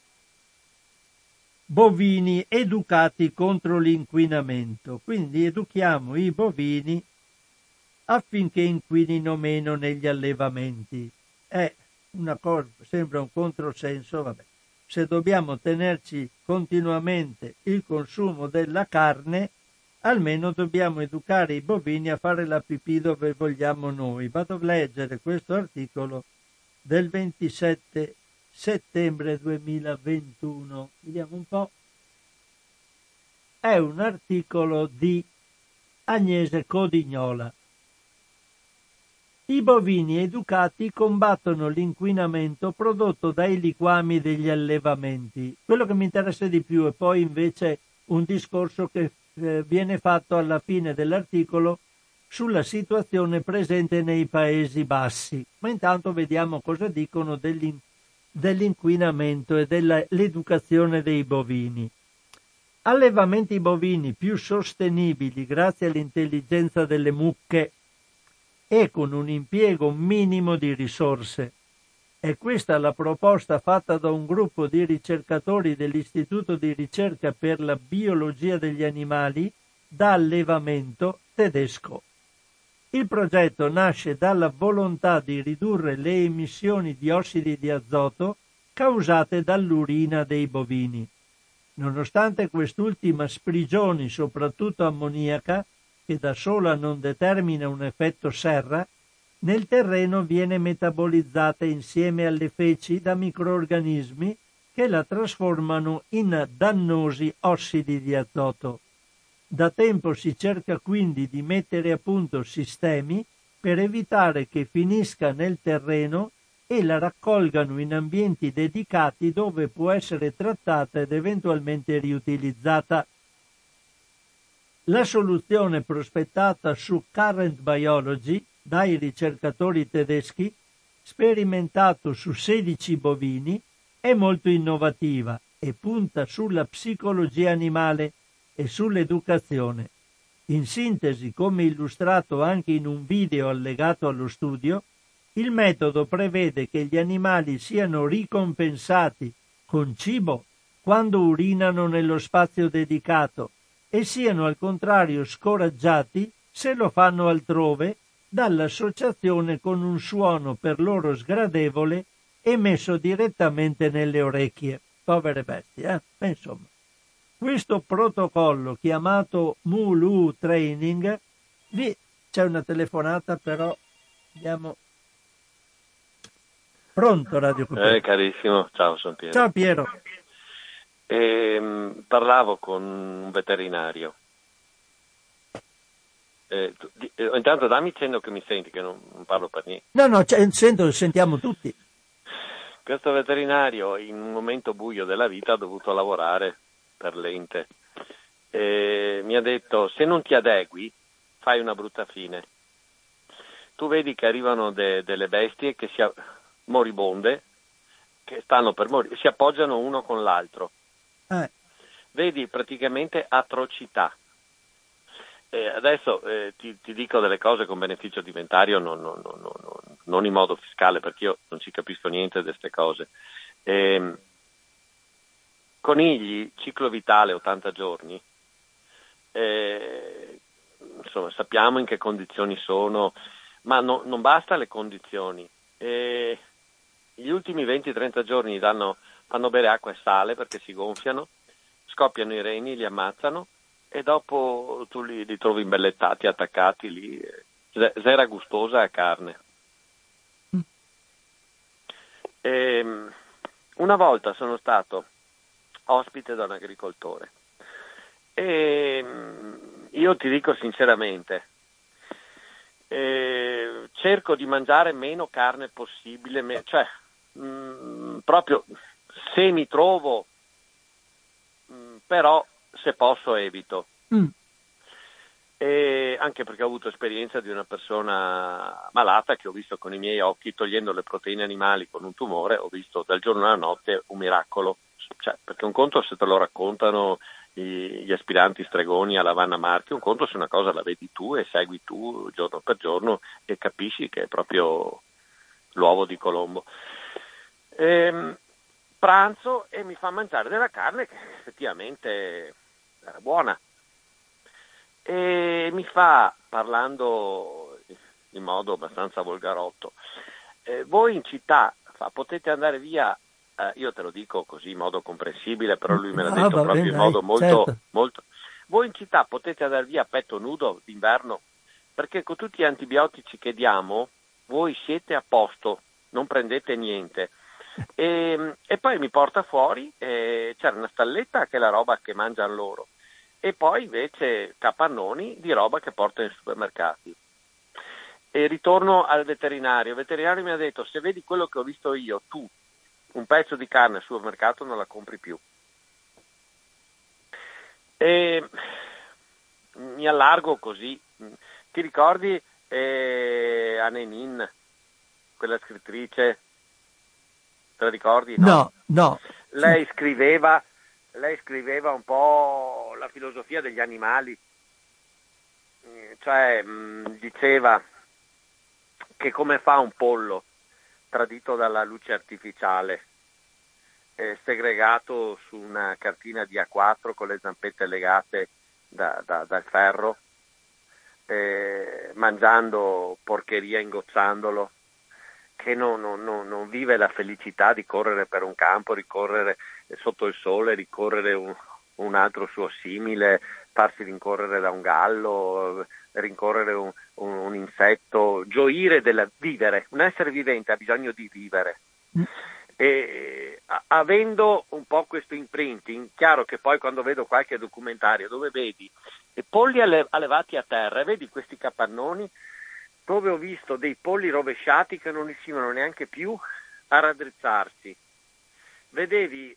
bovini educati contro l'inquinamento. Quindi educhiamo i bovini affinché inquinino meno negli allevamenti. È una cosa, sembra un controsenso, vabbè. Se dobbiamo tenerci continuamente il consumo della carne, almeno dobbiamo educare i bovini a fare la pipì dove vogliamo noi. Vado a leggere questo articolo del 27 settembre 2021. Vediamo un po'. È un articolo di Agnese Codignola. I bovini educati combattono l'inquinamento prodotto dai liquami degli allevamenti. Quello che mi interessa di più è poi invece un discorso che viene fatto alla fine dell'articolo sulla situazione presente nei Paesi Bassi. Ma intanto vediamo cosa dicono dell'inquinamento e dell'educazione dei bovini. Allevamenti bovini più sostenibili grazie all'intelligenza delle mucche e con un impiego minimo di risorse. È questa la proposta fatta da un gruppo di ricercatori dell'Istituto di ricerca per la biologia degli animali da allevamento tedesco. Il progetto nasce dalla volontà di ridurre le emissioni di ossidi di azoto causate dall'urina dei bovini. Nonostante quest'ultima sprigioni soprattutto ammoniaca, che da sola non determina un effetto serra, nel terreno viene metabolizzata insieme alle feci da microrganismi che la trasformano in dannosi ossidi di azoto. Da tempo si cerca quindi di mettere a punto sistemi per evitare che finisca nel terreno e la raccolgano in ambienti dedicati dove può essere trattata ed eventualmente riutilizzata. La soluzione prospettata su Current Biology dai ricercatori tedeschi, sperimentato su 16 bovini, è molto innovativa e punta sulla psicologia animale e sull'educazione. In sintesi, come illustrato anche in un video allegato allo studio, il metodo prevede che gli animali siano ricompensati con cibo quando urinano nello spazio dedicato e siano al contrario scoraggiati se lo fanno altrove dall'associazione con un suono per loro sgradevole emesso direttamente nelle orecchie. Povere bestie, Insomma, questo protocollo chiamato Mulu Training, lì c'è una telefonata, però andiamo. Pronto, Radio Cooperativa? Carissimo, ciao, sono Piero. Ciao Piero. Parlavo con un veterinario. Intanto dammi cenno che mi senti, che non parlo per niente. No, sentiamo tutti. Questo veterinario in un momento buio della vita ha dovuto lavorare per l'ente. Mi ha detto: se non ti adegui fai una brutta fine. Tu vedi che arrivano delle bestie che moribonde, che stanno per morire, si appoggiano uno con l'altro. Vedi praticamente atrocità. Adesso ti dico delle cose con beneficio di inventario, non in modo fiscale, perché io non ci capisco niente di queste cose. Conigli, ciclo vitale 80 giorni, insomma sappiamo in che condizioni sono. ma non basta le condizioni. Gli ultimi 20-30 giorni fanno bere acqua e sale perché si gonfiano, scoppiano i reni, li ammazzano e dopo tu li trovi imbellettati, attaccati lì, zera gustosa a carne. Una volta sono stato ospite da un agricoltore e io ti dico sinceramente, cerco di mangiare meno carne possibile, proprio se mi trovo, però se posso evito. E anche perché ho avuto esperienza di una persona malata che ho visto con i miei occhi, togliendo le proteine animali con un tumore, ho visto dal giorno alla notte un miracolo. Perché un conto se te lo raccontano gli aspiranti stregoni alla Vanna Marchi, un conto se una cosa la vedi tu e segui tu giorno per giorno e capisci che è proprio l'uovo di Colombo. Pranzo e mi fa mangiare della carne che effettivamente era buona. E mi fa, parlando in modo abbastanza volgarotto, voi in città potete andare via, io te lo dico così in modo comprensibile, però lui me l'ha detto proprio in modo molto, certo. molto. Voi in città potete andare via a petto nudo d'inverno, perché con tutti gli antibiotici che diamo, voi siete a posto, non prendete niente. E poi mi porta fuori, c'era una stalletta che è la roba che mangiano loro. E poi invece capannoni di roba che porta nei supermercati. E ritorno al veterinario. Il veterinario mi ha detto: se vedi quello che ho visto io, tu un pezzo di carne al supermercato non la compri più. E mi allargo così. Ti ricordi Anne Nin, quella scrittrice? Te la ricordi? No. Lei scriveva un po' la filosofia degli animali, cioè diceva che come fa un pollo tradito dalla luce artificiale, segregato su una cartina di A4 con le zampette legate dal ferro, mangiando porcheria, ingocciandolo, che non vive la felicità di correre per un campo, ricorrere sotto il sole, ricorrere un altro suo simile, farsi rincorrere da un gallo, rincorrere un insetto, gioire della vivere. Un essere vivente ha bisogno di vivere. E avendo un po' questo imprinting, chiaro che poi quando vedo qualche documentario dove vedi polli allevati a terra e vedi questi capannoni, dove ho visto dei polli rovesciati che non riuscivano neanche più a raddrizzarsi. Vedevi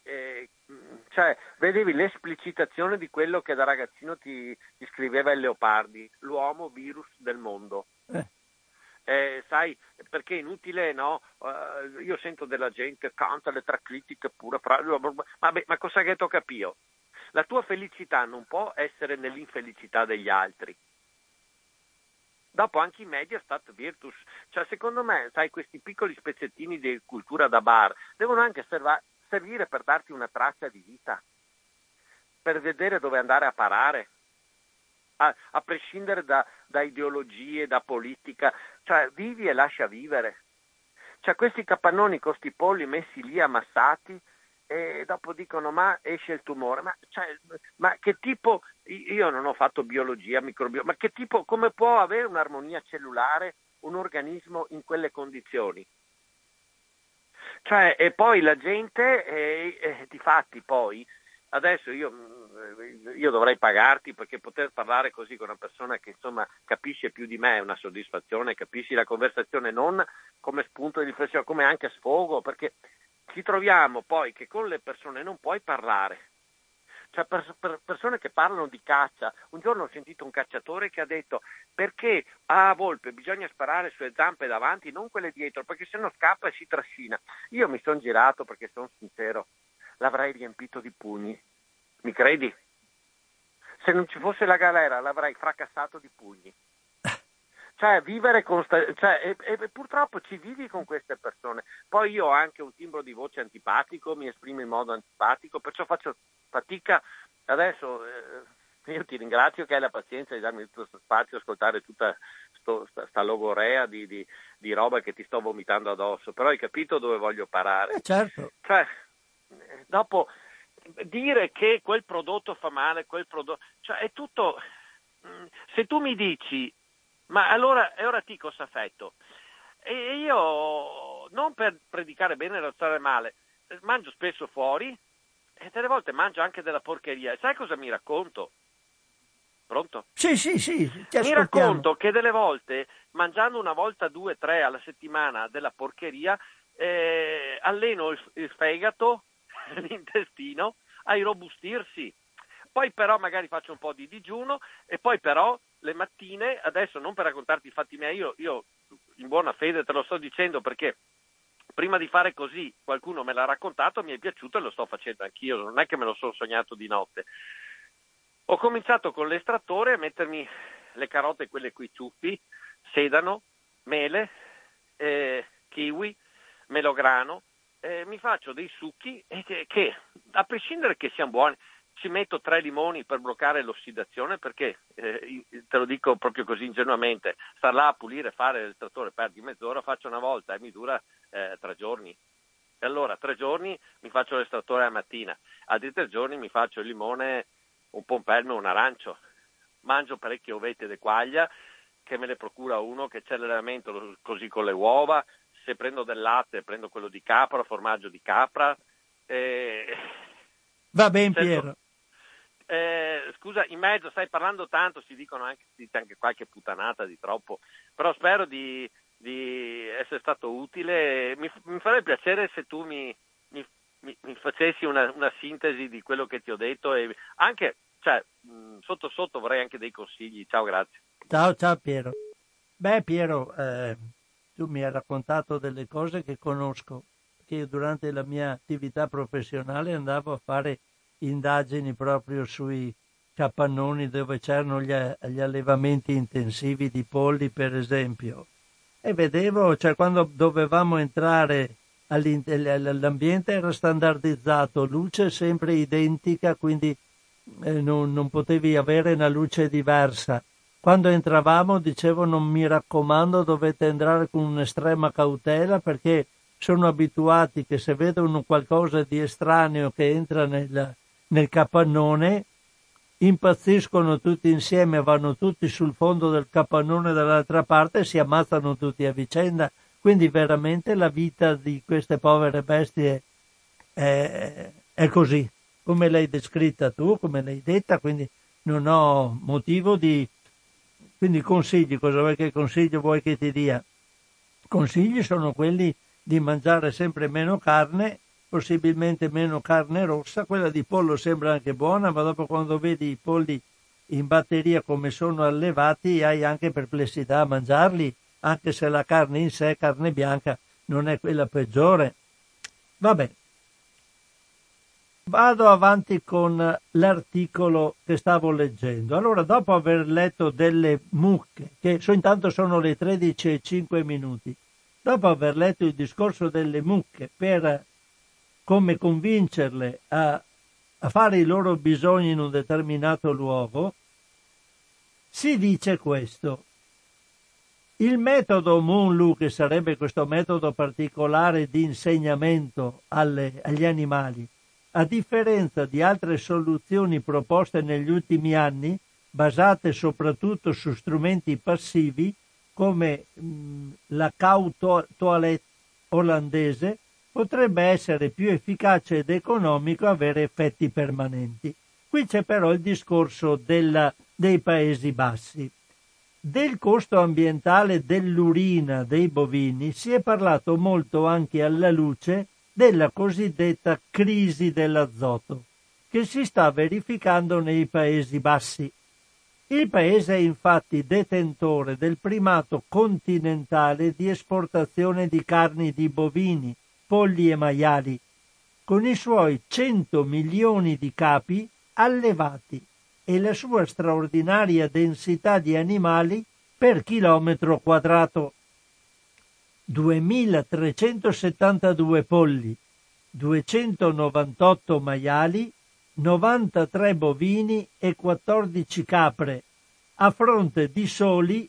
l'esplicitazione di quello che da ragazzino ti scriveva il Leopardi, l'uomo virus del mondo. Sai, perché è inutile, no? Io sento della gente canta le tre critiche pure, ma cosa che tocca capito? La tua felicità non può essere nell'infelicità degli altri. Dopo anche i media stat virtus, cioè secondo me, sai, questi piccoli spezzettini di cultura da bar devono anche servire per darti una traccia di vita, per vedere dove andare a parare, a prescindere da ideologie, da politica, cioè vivi e lascia vivere. Cioè questi capannoni con sti polli messi lì ammassati e dopo dicono ma esce il tumore, ma che tipo, io non ho fatto biologia, microbiologia, ma che tipo, come può avere un'armonia cellulare un organismo in quelle condizioni? Cioè, e poi la gente, difatti poi, adesso io dovrei pagarti perché poter parlare così con una persona che insomma capisce più di me è una soddisfazione, capisci la conversazione non come spunto di riflessione, come anche sfogo, perché ci troviamo poi che con le persone non puoi parlare. Cioè per persone che parlano di caccia. Un giorno ho sentito un cacciatore che ha detto: perché a volpe bisogna sparare sulle zampe davanti, non quelle dietro, perché se no scappa e si trascina. Io mi sono girato, perché sono sincero, l'avrei riempito di pugni. Mi credi? Se non ci fosse la galera l'avrei fracassato di pugni. Cioè vivere e purtroppo ci vivi con queste persone. Poi io ho anche un timbro di voce antipatico, mi esprimo in modo antipatico, perciò faccio fatica adesso. Io ti ringrazio che hai la pazienza di darmi tutto questo spazio, ascoltare tutta sta logorea di roba che ti sto vomitando addosso, però hai capito dove voglio parare? Certo. Cioè, dopo dire che quel prodotto fa male, cioè è tutto. Se tu mi dici, ma allora e ora ti cosa affetto? E io, non per predicare bene e razzare male, mangio spesso fuori e delle volte mangio anche della porcheria. Sai cosa mi racconto? Pronto? Sì, ti ascoltiamo. Mi racconto che delle volte, mangiando una volta, 2, 3 alla settimana della porcheria, alleno il fegato, l'intestino, a irrobustirsi. Poi però magari faccio un po' di digiuno e poi però le mattine, adesso non per raccontarti i fatti miei, io in buona fede te lo sto dicendo perché prima di fare così qualcuno me l'ha raccontato, mi è piaciuto e lo sto facendo anch'io, non è che me lo sono sognato di notte. Ho cominciato con l'estrattore a mettermi le carote, quelle coi ciuffi, sedano, mele, kiwi, melograno, mi faccio dei succhi che a prescindere che siano buoni, ci metto 3 limoni per bloccare l'ossidazione perché, te lo dico proprio così ingenuamente, star là a pulire, fare l'estrattore, perdi mezz'ora, faccio una volta e mi dura 3 giorni. E allora 3 giorni mi faccio l'estrattore la mattina, altri 3 giorni mi faccio il limone, un pompelmo e un arancio. Mangio parecchie ovette di quaglia che me le procura uno che c'è l'allenamento così con le uova. Se prendo del latte prendo quello di capra, formaggio di capra. Va ben Piero. Scusa, in mezzo stai parlando tanto, si dicono anche qualche puttanata di troppo, però spero di essere stato utile. Mi farebbe piacere se tu mi facessi una sintesi di quello che ti ho detto e anche, sotto vorrei anche dei consigli. Ciao, grazie. Ciao Piero. Beh Piero, tu mi hai raccontato delle cose che conosco, che io durante la mia attività professionale andavo a fare indagini proprio sui capannoni dove c'erano gli allevamenti intensivi di polli, per esempio, e vedevo, quando dovevamo entrare l'ambiente era standardizzato, luce sempre identica, quindi non potevi avere una luce diversa. Quando entravamo dicevano mi raccomando dovete entrare con un'estrema cautela perché sono abituati che se vedono qualcosa di estraneo che entra nel capannone impazziscono tutti insieme, vanno tutti sul fondo del capannone dall'altra parte e si ammazzano tutti a vicenda. Quindi veramente la vita di queste povere bestie è così, come l'hai descritta tu, come l'hai detta, quindi non ho motivo di... Quindi consigli, cosa vuoi che consiglio vuoi che ti dia? Consigli sono quelli di mangiare sempre meno carne, possibilmente meno carne rossa. Quella di pollo sembra anche buona, ma dopo quando vedi i polli in batteria come sono allevati hai anche perplessità a mangiarli, anche se la carne in sé, carne bianca, non è quella peggiore. Vabbè, vado avanti con l'articolo che stavo leggendo. Allora, dopo aver letto delle mucche, che intanto sono le 13:05, dopo aver letto il discorso delle mucche per come convincerle a fare i loro bisogni in un determinato luogo, si dice questo. Il metodo Moonlu, che sarebbe questo metodo particolare di insegnamento agli animali, a differenza di altre soluzioni proposte negli ultimi anni, basate soprattutto su strumenti passivi come la cow toilette olandese, potrebbe essere più efficace ed economico avere effetti permanenti. Qui c'è però il discorso dei Paesi Bassi. Del costo ambientale dell'urina dei bovini si è parlato molto anche alla luce della cosiddetta crisi dell'azoto, che si sta verificando nei Paesi Bassi. Il paese è infatti detentore del primato continentale di esportazione di carni di bovini, polli e maiali, con i suoi 100 milioni di capi allevati e la sua straordinaria densità di animali per chilometro quadrato. 2.372 polli, 298 maiali 93 bovini e 14 capre, a fronte di soli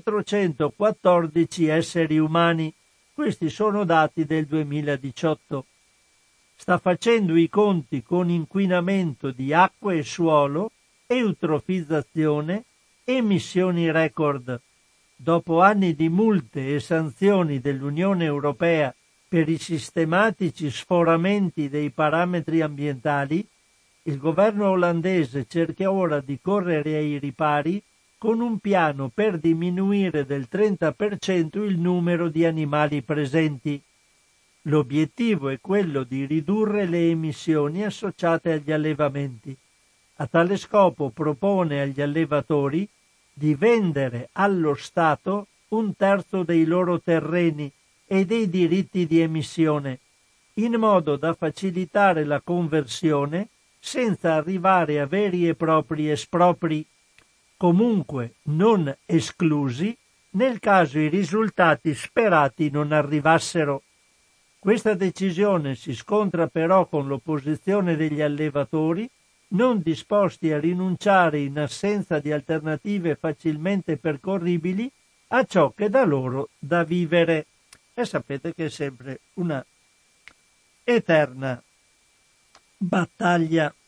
414 esseri umani. Questi sono dati del 2018. Sta facendo i conti con inquinamento di acqua e suolo, eutrofizzazione, emissioni record. Dopo anni di multe e sanzioni dell'Unione Europea per i sistematici sforamenti dei parametri ambientali, il governo olandese cerca ora di correre ai ripari con un piano per diminuire del 30% il numero di animali presenti. L'obiettivo è quello di ridurre le emissioni associate agli allevamenti. A tale scopo propone agli allevatori di vendere allo Stato un terzo dei loro terreni e dei diritti di emissione, in modo da facilitare la conversione senza arrivare a veri e propri espropri, comunque non esclusi nel caso i risultati sperati non arrivassero. Questa decisione si scontra però con l'opposizione degli allevatori, non disposti a rinunciare in assenza di alternative facilmente percorribili a ciò che da loro da vivere. E sapete che è sempre una eterna battaglia.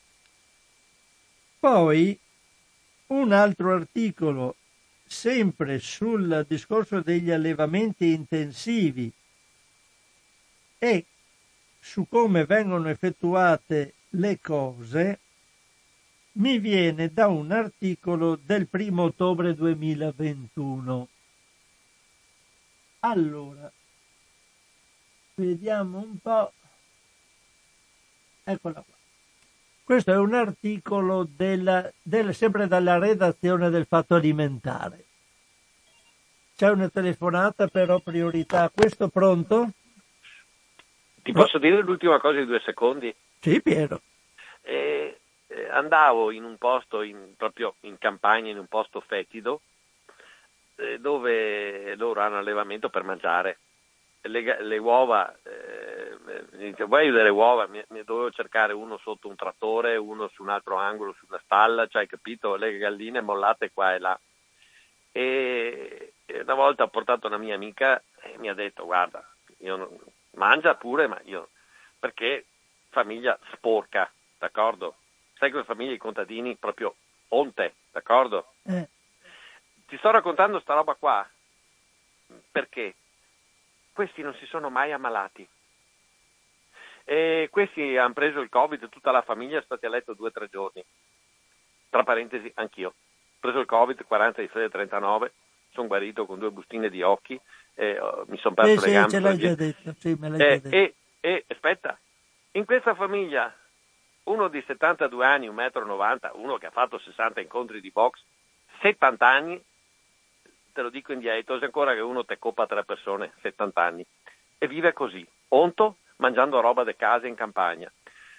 Poi un altro articolo, sempre sul discorso degli allevamenti intensivi e su come vengono effettuate le cose, mi viene da un articolo del 1 ottobre 2021. Allora, vediamo un po'. Eccola qua. Questo è un articolo sempre dalla redazione del Fatto Alimentare. C'è una telefonata, però priorità a questo. Pronto? Ti posso dire l'ultima cosa di 2 secondi? Sì, Piero. Andavo in un posto, proprio in campagna, in un posto fetido, dove loro hanno allevamento per mangiare. Le uova, vuoi vedere uova? Ne dovevo cercare uno sotto un trattore, uno su un altro angolo, su una stalla, cioè, capito? Le galline mollate qua e là. E una volta ho portato una mia amica e mi ha detto: guarda, mangia pure, ma io, perché famiglia sporca, d'accordo? Sai come famiglia di contadini proprio onte, d'accordo? Ti sto raccontando sta roba qua perché questi non si sono mai ammalati. E questi hanno preso il Covid, tutta la famiglia è stata a letto 2 o 3 giorni. Tra parentesi, anch'io. Ho preso il Covid, 40 di febbre 39, sono guarito con 2 bustine di occhi, mi sono perso le gambe. Ce l'hai già detto, sì, me l'hai già detto. E aspetta, in questa famiglia uno di 72 anni, 1,90 m, uno che ha fatto 60 incontri di box, 70 anni, te lo dico in dialetto, se ancora che uno te coppa 3 persone, 70 anni, e vive così, onto, mangiando roba de casa in campagna.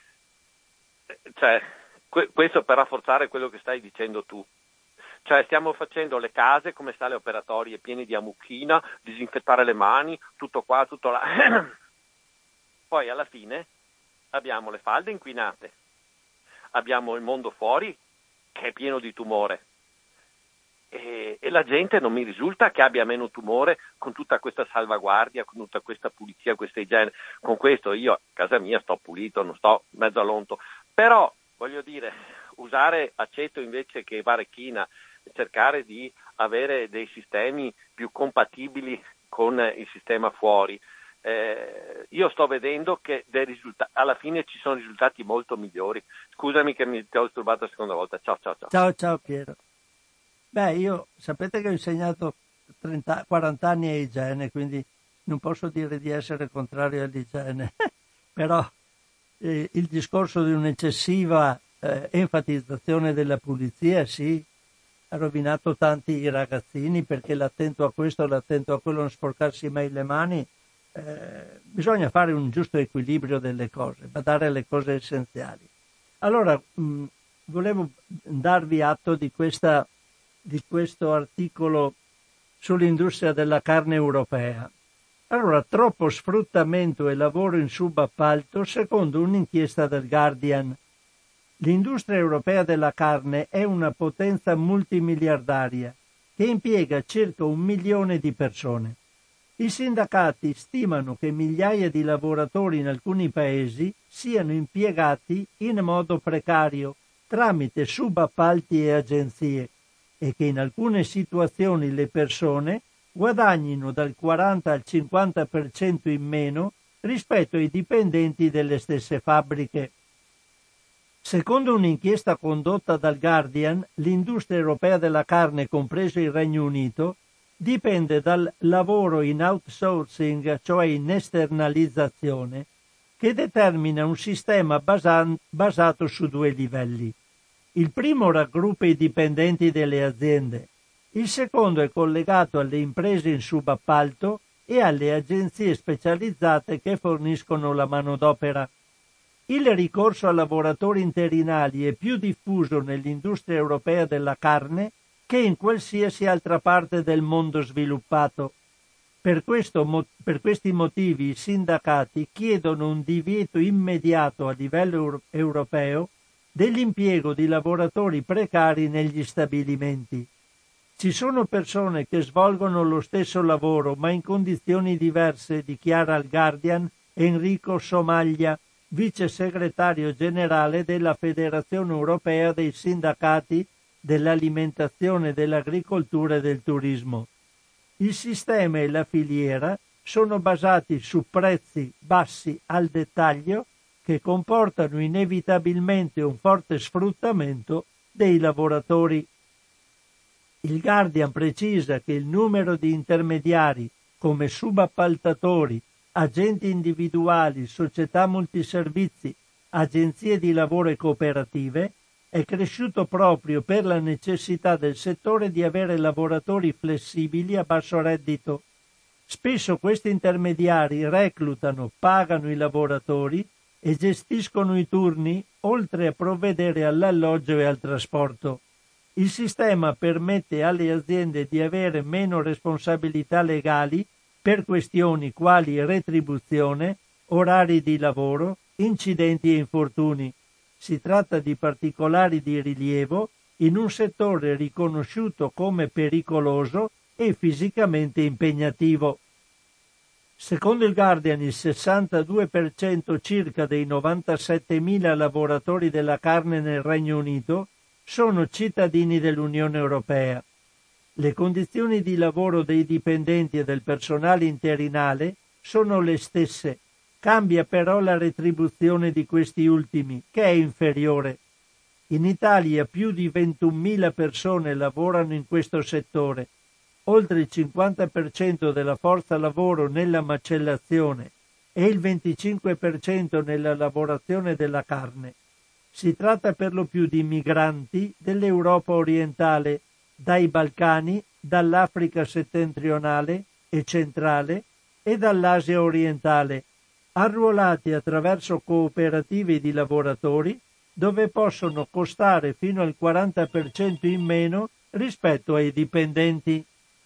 Cioè, questo per rafforzare quello che stai dicendo tu. Cioè, stiamo facendo le case come sale operatorie piene di ammucchina, disinfettare le mani, tutto qua, tutto là. Poi alla fine abbiamo le falde inquinate, abbiamo il mondo fuori che è pieno di tumore e la gente non mi risulta che abbia meno tumore con tutta questa salvaguardia, con tutta questa pulizia, questa igiene. Con questo io a casa mia sto pulito, non sto mezzo all'onto, però voglio dire, usare aceto invece che varechina, cercare di avere dei sistemi più compatibili con il sistema fuori. Io sto vedendo che alla fine ci sono risultati molto migliori. Scusami che ti ho disturbato la seconda volta. Ciao Piero. Beh, io sapete che ho insegnato 40 anni a igiene, quindi non posso dire di essere contrario all'igiene, però il discorso di un'eccessiva enfatizzazione della pulizia, sì, ha rovinato tanti ragazzini, perché l'attento a questo, l'attento a quello, non sporcarsi mai le mani. Bisogna fare un giusto equilibrio delle cose, badare alle cose essenziali. Allora, volevo darvi atto di questo articolo sull'industria della carne europea. Allora, troppo sfruttamento e lavoro in subappalto secondo un'inchiesta del Guardian. L'industria europea della carne è una potenza multimiliardaria che impiega circa 1 milione di persone. I sindacati stimano che migliaia di lavoratori in alcuni paesi siano impiegati in modo precario tramite subappalti e agenzie e che in alcune situazioni le persone guadagnino dal 40 al 50% in meno rispetto ai dipendenti delle stesse fabbriche. Secondo un'inchiesta condotta dal Guardian, l'industria europea della carne, compreso il Regno Unito, dipende dal lavoro in outsourcing, cioè in esternalizzazione, che determina un sistema basato su 2 livelli. Il primo raggruppa i dipendenti delle aziende, il secondo è collegato alle imprese in subappalto e alle agenzie specializzate che forniscono la manodopera. Il ricorso a lavoratori interinali è più diffuso nell'industria europea della carne che in qualsiasi altra parte del mondo sviluppato. Per questi motivi i sindacati chiedono un divieto immediato a livello europeo dell'impiego di lavoratori precari negli stabilimenti. Ci sono persone che svolgono lo stesso lavoro ma in condizioni diverse, dichiara al Guardian Enrico Somaglia, vice segretario generale della Federazione Europea dei Sindacati dell'Alimentazione, dell'Agricoltura e del Turismo. Il sistema e la filiera sono basati su prezzi bassi al dettaglio che comportano inevitabilmente un forte sfruttamento dei lavoratori. Il Guardian precisa che il numero di intermediari come subappaltatori, agenti individuali, società multiservizi, agenzie di lavoro e cooperative è cresciuto proprio per la necessità del settore di avere lavoratori flessibili a basso reddito. Spesso questi intermediari reclutano, pagano i lavoratori e gestiscono i turni, oltre a provvedere all'alloggio e al trasporto. Il sistema permette alle aziende di avere meno responsabilità legali per questioni quali retribuzione, orari di lavoro, incidenti e infortuni. Si tratta di particolari di rilievo in un settore riconosciuto come pericoloso e fisicamente impegnativo. Secondo il Guardian, il 62% circa dei 97.000 lavoratori della carne nel Regno Unito sono cittadini dell'Unione Europea. Le condizioni di lavoro dei dipendenti e del personale interinale sono le stesse, cambia però la retribuzione di questi ultimi, che è inferiore. In Italia più di 21.000 persone lavorano in questo settore, oltre il 50% della forza lavoro nella macellazione e il 25% nella lavorazione della carne. Si tratta per lo più di migranti dell'Europa orientale, dai Balcani, dall'Africa settentrionale e centrale e dall'Asia orientale, arruolati attraverso cooperative di lavoratori dove possono costare fino al 40% in meno rispetto ai dipendenti.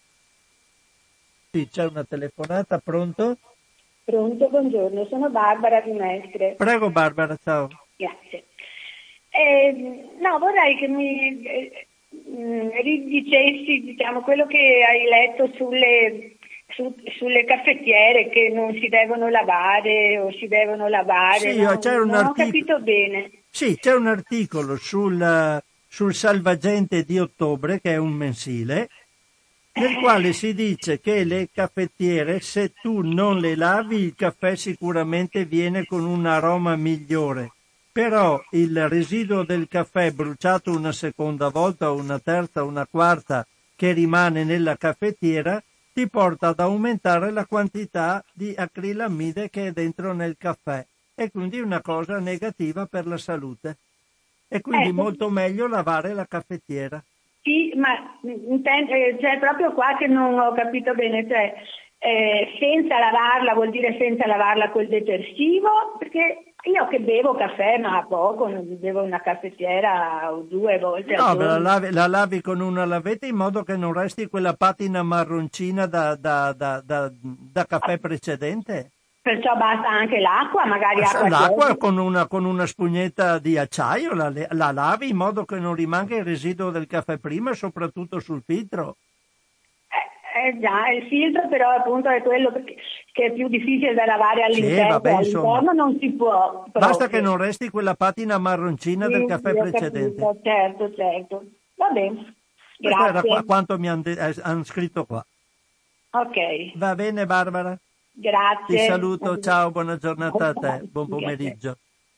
Sì, c'è una telefonata, pronto? Pronto, buongiorno, sono Barbara di Mestre. Prego Barbara, ciao. Grazie. No, vorrei che mi ridicessi, diciamo, quello che hai letto sulle caffettiere che non si devono lavare o si devono lavare. Sì, no? c'era non ho capito bene. Sì, c'è un articolo sul Salvagente di ottobre, che è un mensile, nel quale si dice che le caffettiere, se tu non le lavi, il caffè sicuramente viene con un aroma migliore. Però il residuo del caffè bruciato una seconda volta o una terza o una quarta che rimane nella caffettiera ti porta ad aumentare la quantità di acrilamide che è dentro nel caffè e quindi una cosa negativa per la salute. E quindi molto meglio lavare la caffettiera. Sì, ma cioè proprio qua che non ho capito bene, cioè senza lavarla vuol dire senza lavarla col detersivo, perché io che bevo caffè ma poco, bevo una caffettiera o 2 volte al giorno. No, la lavi con una lavetta in modo che non resti quella patina marroncina da caffè precedente. Perciò basta anche l'acqua, magari acqua L'acqua tiepida. con una spugnetta di acciaio la lavi in modo che non rimanga il residuo del caffè prima, soprattutto sul filtro. Già, il filtro però appunto è quello che è più difficile da lavare Sì, vabbè, insomma. all'interno non si può Basta proprio. che non resti quella patina marroncina del Sì, caffè sì, ho precedente. capito, certo. Va bene, Questo era grazie. quanto mi hanno scritto qua. Ok, Va bene, Barbara? Ti grazie. saluto, ciao, buona giornata a te, buon Grazie. pomeriggio.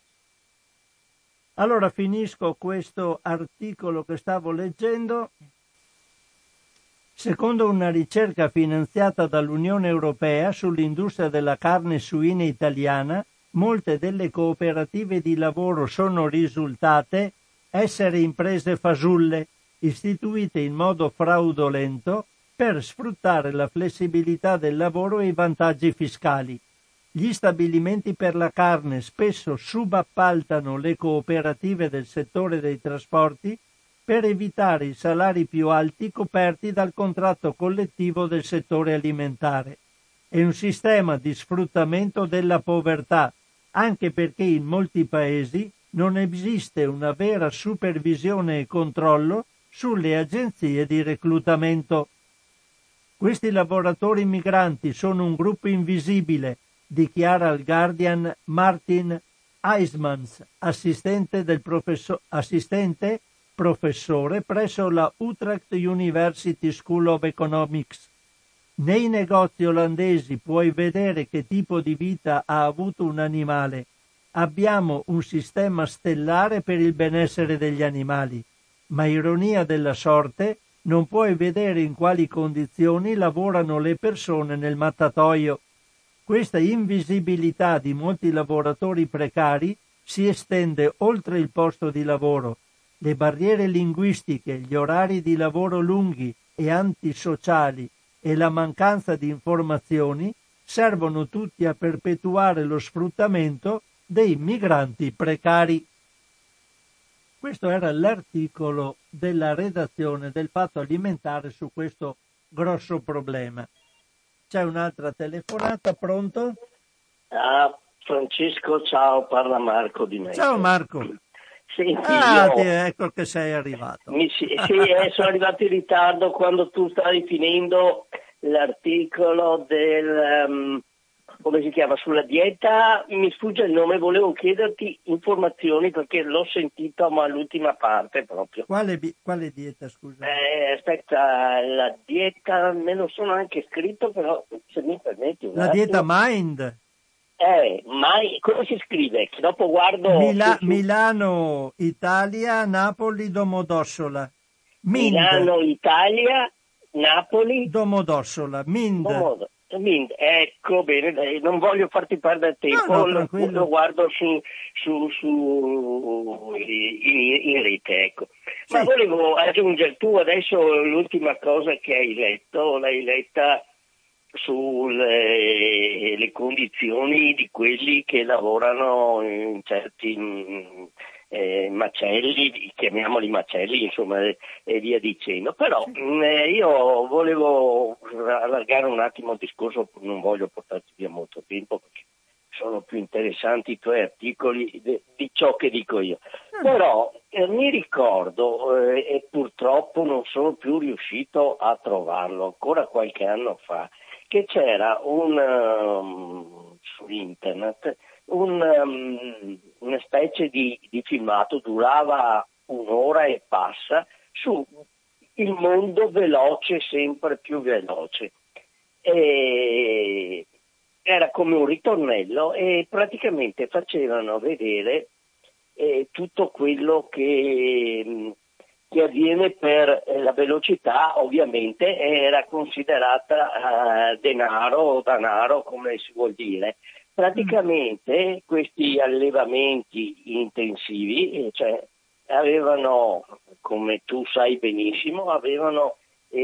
Allora finisco questo articolo che stavo leggendo. Secondo una ricerca finanziata dall'Unione Europea sull'industria della carne suina italiana, molte delle cooperative di lavoro sono risultate essere imprese fasulle, istituite in modo fraudolento per sfruttare la flessibilità del lavoro e i vantaggi fiscali. Gli stabilimenti per la carne spesso subappaltano le cooperative del settore dei trasporti per evitare i salari più alti coperti dal contratto collettivo del settore alimentare. È un sistema di sfruttamento della povertà, anche perché in molti paesi non esiste una vera supervisione e controllo sulle agenzie di reclutamento. Questi lavoratori migranti sono un gruppo invisibile, dichiara al Guardian Martin Eismans, assistente professore presso la Utrecht University School of Economics. Nei negozi olandesi puoi vedere che tipo di vita ha avuto un animale. Abbiamo un sistema stellare per il benessere degli animali, ma ironia della sorte, non puoi vedere in quali condizioni lavorano le persone nel mattatoio. Questa invisibilità di molti lavoratori precari si estende oltre il posto di lavoro. Le barriere linguistiche, gli orari di lavoro lunghi e antisociali e la mancanza di informazioni servono tutti a perpetuare lo sfruttamento dei migranti precari. Questo era l'articolo della redazione del Fatto Alimentare su questo grosso problema. C'è un'altra telefonata, pronto? Francesco, ciao, parla Marco di Mestre. Ciao Marco. Senti, ecco che sei arrivato. Sono arrivato in ritardo quando tu stavi finendo l'articolo del, come si chiama, sulla dieta, mi sfugge il nome, volevo chiederti informazioni perché l'ho sentito ma l'ultima parte proprio. Quale dieta, scusa? Aspetta, la dieta, me lo sono anche scritto, però se mi permetti un La attimo. dieta Mind? Mai, come si scrive? Che dopo guardo Milano, Italia, Napoli, Domodossola. Milano, Italia, Napoli, Domodossola, Mind. Ecco, bene, non voglio farti perdere tempo, No, lo guardo in rete, ecco. Sì. Ma volevo aggiungere, tu adesso l'ultima cosa che hai letto, l'hai letta sulle condizioni di quelli che lavorano in certi macelli, chiamiamoli macelli, insomma, e via dicendo. Però io volevo allargare un attimo il discorso, non voglio portarti via molto tempo perché sono più interessanti i tuoi articoli di ciò che dico io. Però mi ricordo, e purtroppo non sono più riuscito a trovarlo, ancora qualche anno fa, che c'era su internet una specie di filmato, durava un'ora e passa, su il mondo veloce, sempre più veloce. E era come un ritornello e praticamente facevano vedere tutto quello che avviene per la velocità, ovviamente era considerata denaro o danaro, come si vuol dire. Praticamente questi allevamenti intensivi, cioè avevano, come tu sai benissimo, avevano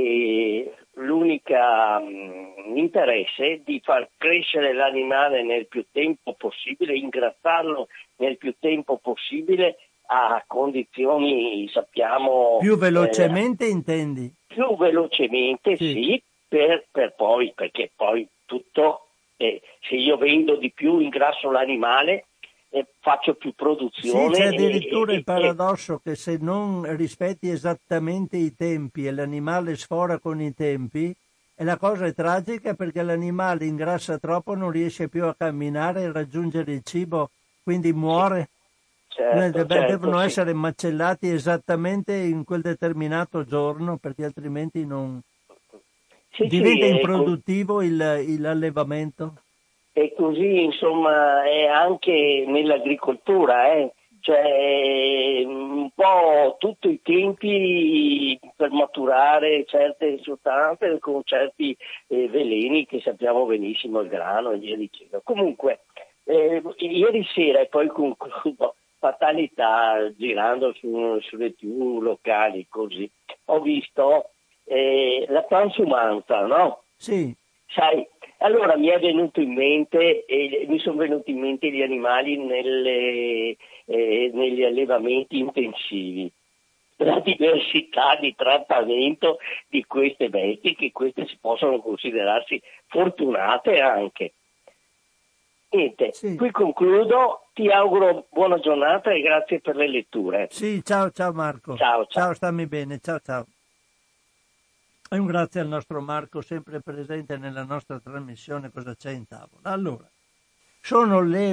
l'unica interesse di far crescere l'animale nel più tempo possibile, ingrassarlo nel più tempo possibile a condizioni, sappiamo... Più velocemente intendi? Più velocemente, sì per poi, perché poi tutto se io vendo di più, ingrasso l'animale, faccio più produzione. Sì, c'è addirittura il paradosso che se non rispetti esattamente i tempi e l'animale sfora con i tempi, e la cosa è tragica perché l'animale ingrassa troppo, non riesce più a camminare e raggiungere il cibo, quindi muore. Certo, Devono sì. essere macellati esattamente in quel determinato giorno, perché altrimenti non diventa improduttivo l'allevamento. E così, insomma, è anche nell'agricoltura, cioè un po' tutti i tempi per maturare certe sostanze con certi veleni che sappiamo benissimo, il grano e via dicendo. Comunque, ieri sera, e poi concludo, fatalità, girando sulle TV locali così, ho visto la transumanza, no? Sì. Sai, allora mi sono venuti in mente gli animali negli allevamenti intensivi, la diversità di trattamento di queste bestie, che queste si possono considerarsi fortunate anche. Niente, sì. Qui concludo, ti auguro buona giornata e grazie per le letture. Sì, ciao Marco. Ciao, stammi bene, ciao. E un grazie al nostro Marco, sempre presente nella nostra trasmissione Cosa c'è in tavola. Allora, sono le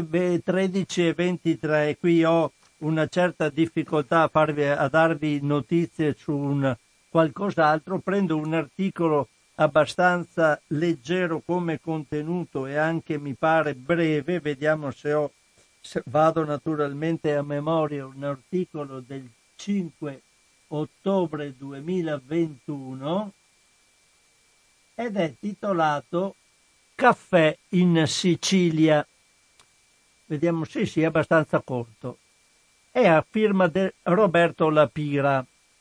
13:23, qui ho una certa difficoltà a darvi notizie su qualcos'altro. Prendo un articolo abbastanza leggero come contenuto e anche mi pare breve, vediamo se vado naturalmente a memoria, un articolo del 5 ottobre 2021 ed è titolato Caffè in Sicilia. Vediamo, sì, è abbastanza corto. È a firma di Roberto Lapira.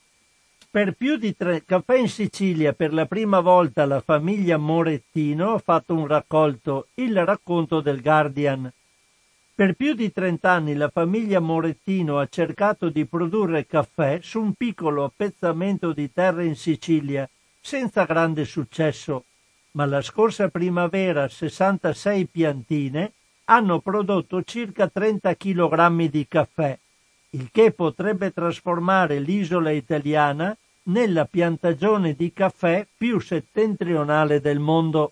Per più di 3 caffè in Sicilia, per la prima volta la famiglia Morettino ha fatto un raccolto, il racconto del Guardian. Per più di 30 anni la famiglia Morettino ha cercato di produrre caffè su un piccolo appezzamento di terra in Sicilia, senza grande successo, ma la scorsa primavera 66 piantine hanno prodotto circa 30 kg di caffè, il che potrebbe trasformare l'isola italiana nella piantagione di caffè più settentrionale del mondo.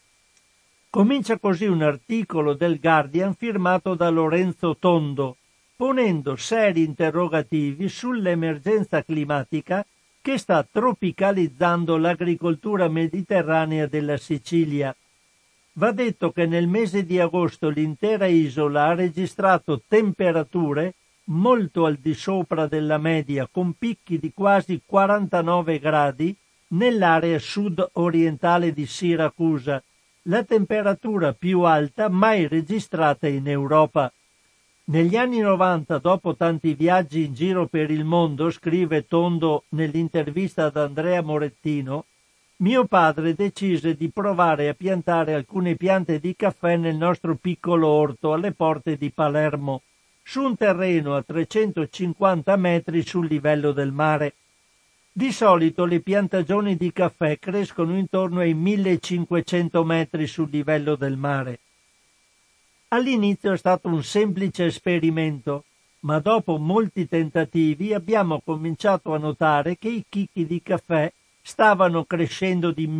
Comincia così un articolo del Guardian firmato da Lorenzo Tondo, ponendo seri interrogativi sull'emergenza climatica che sta tropicalizzando l'agricoltura mediterranea della Sicilia. Va detto che nel mese di agosto l'intera isola ha registrato temperature molto al di sopra della media, con picchi di quasi 49 gradi nell'area sud-orientale di Siracusa, la temperatura più alta mai registrata in Europa. Negli anni 90, dopo tanti viaggi in giro per il mondo, scrive Tondo nell'intervista ad Andrea Morettino, mio padre decise di provare a piantare alcune piante di caffè nel nostro piccolo orto alle porte di Palermo, su un terreno a 350 metri sul livello del mare. Di solito le piantagioni di caffè crescono intorno ai 1500 metri sul livello del mare. All'inizio è stato un semplice esperimento, ma dopo molti tentativi abbiamo cominciato a notare che i chicchi di caffè stavano crescendo di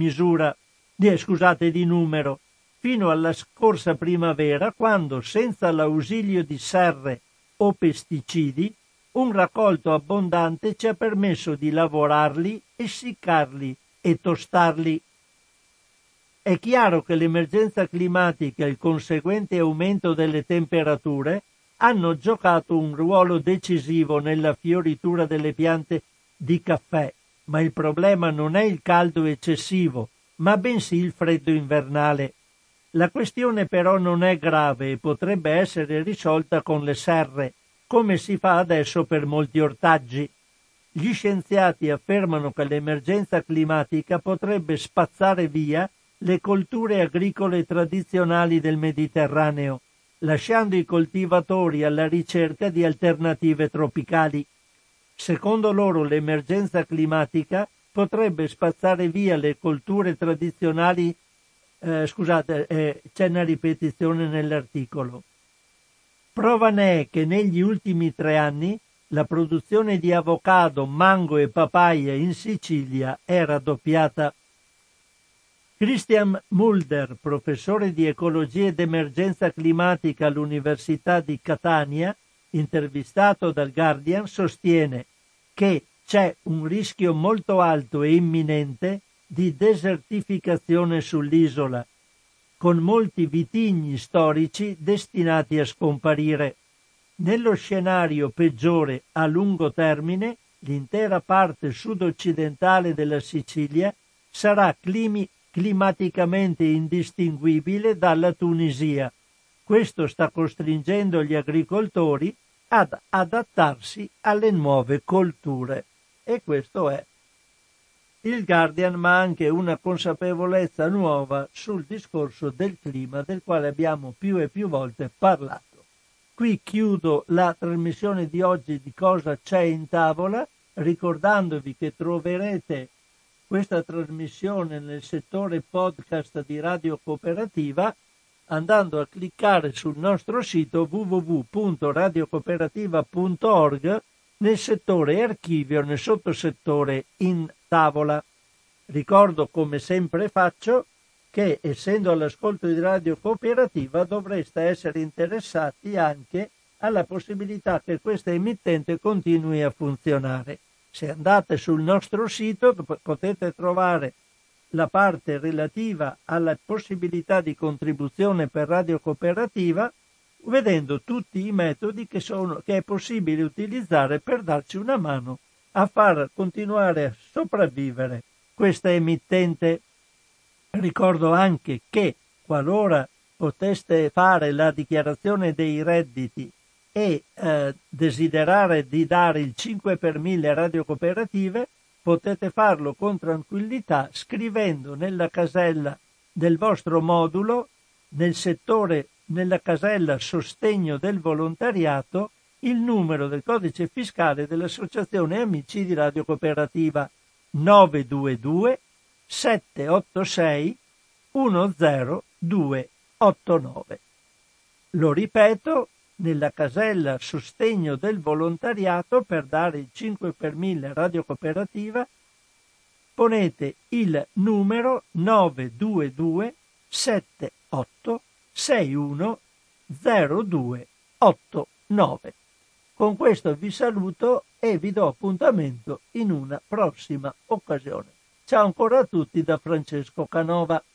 numero, fino alla scorsa primavera, quando, senza l'ausilio di serre o pesticidi, un raccolto abbondante ci ha permesso di lavorarli, essiccarli e tostarli. È chiaro che l'emergenza climatica e il conseguente aumento delle temperature hanno giocato un ruolo decisivo nella fioritura delle piante di caffè, ma il problema non è il caldo eccessivo, ma bensì il freddo invernale. La questione però non è grave e potrebbe essere risolta con le serre, come si fa adesso per molti ortaggi. Gli scienziati affermano che l'emergenza climatica potrebbe spazzare via le colture agricole tradizionali del Mediterraneo, lasciando i coltivatori alla ricerca di alternative tropicali. Secondo loro l'emergenza climatica potrebbe spazzare via le colture tradizionali c'è una ripetizione nell'articolo. Prova ne è che negli ultimi 3 anni la produzione di avocado, mango e papaya in Sicilia è raddoppiata. Christian Mulder, professore di ecologia ed emergenza climatica all'Università di Catania, intervistato dal Guardian, sostiene che c'è un rischio molto alto e imminente di desertificazione sull'isola, con molti vitigni storici destinati a scomparire. Nello scenario peggiore a lungo termine, l'intera parte sud-occidentale della Sicilia sarà climaticamente indistinguibile dalla Tunisia. Questo sta costringendo gli agricoltori ad adattarsi alle nuove colture. E questo è il Guardian, ma anche una consapevolezza nuova sul discorso del clima, del quale abbiamo più e più volte parlato. Qui chiudo la trasmissione di oggi di Cosa c'è in tavola, ricordandovi che troverete questa trasmissione nel settore podcast di Radio Cooperativa, andando a cliccare sul nostro sito www.radiocooperativa.org nel settore archivio, nel sottosettore in tavola. Ricordo, come sempre faccio, che essendo all'ascolto di Radio Cooperativa dovreste essere interessati anche alla possibilità che questa emittente continui a funzionare. Se andate sul nostro sito potete trovare la parte relativa alla possibilità di contribuzione per Radio Cooperativa, vedendo tutti i metodi che è possibile utilizzare per darci una mano a far continuare a sopravvivere questa emittente. Ricordo anche che qualora poteste fare la dichiarazione dei redditi e desiderare di dare il 5 per 1000 a Radio Cooperative, potete farlo con tranquillità scrivendo nella casella del vostro modulo, nella casella sostegno del volontariato, il numero del codice fiscale dell'Associazione Amici di Radio Cooperativa 922 786 10289. Lo ripeto, nella casella sostegno del volontariato, per dare il 5 per 1000 a Radio Cooperativa, ponete il numero 922 7861 0289. Con questo vi saluto e vi do appuntamento in una prossima occasione. Ciao ancora a tutti da Francesco Canova.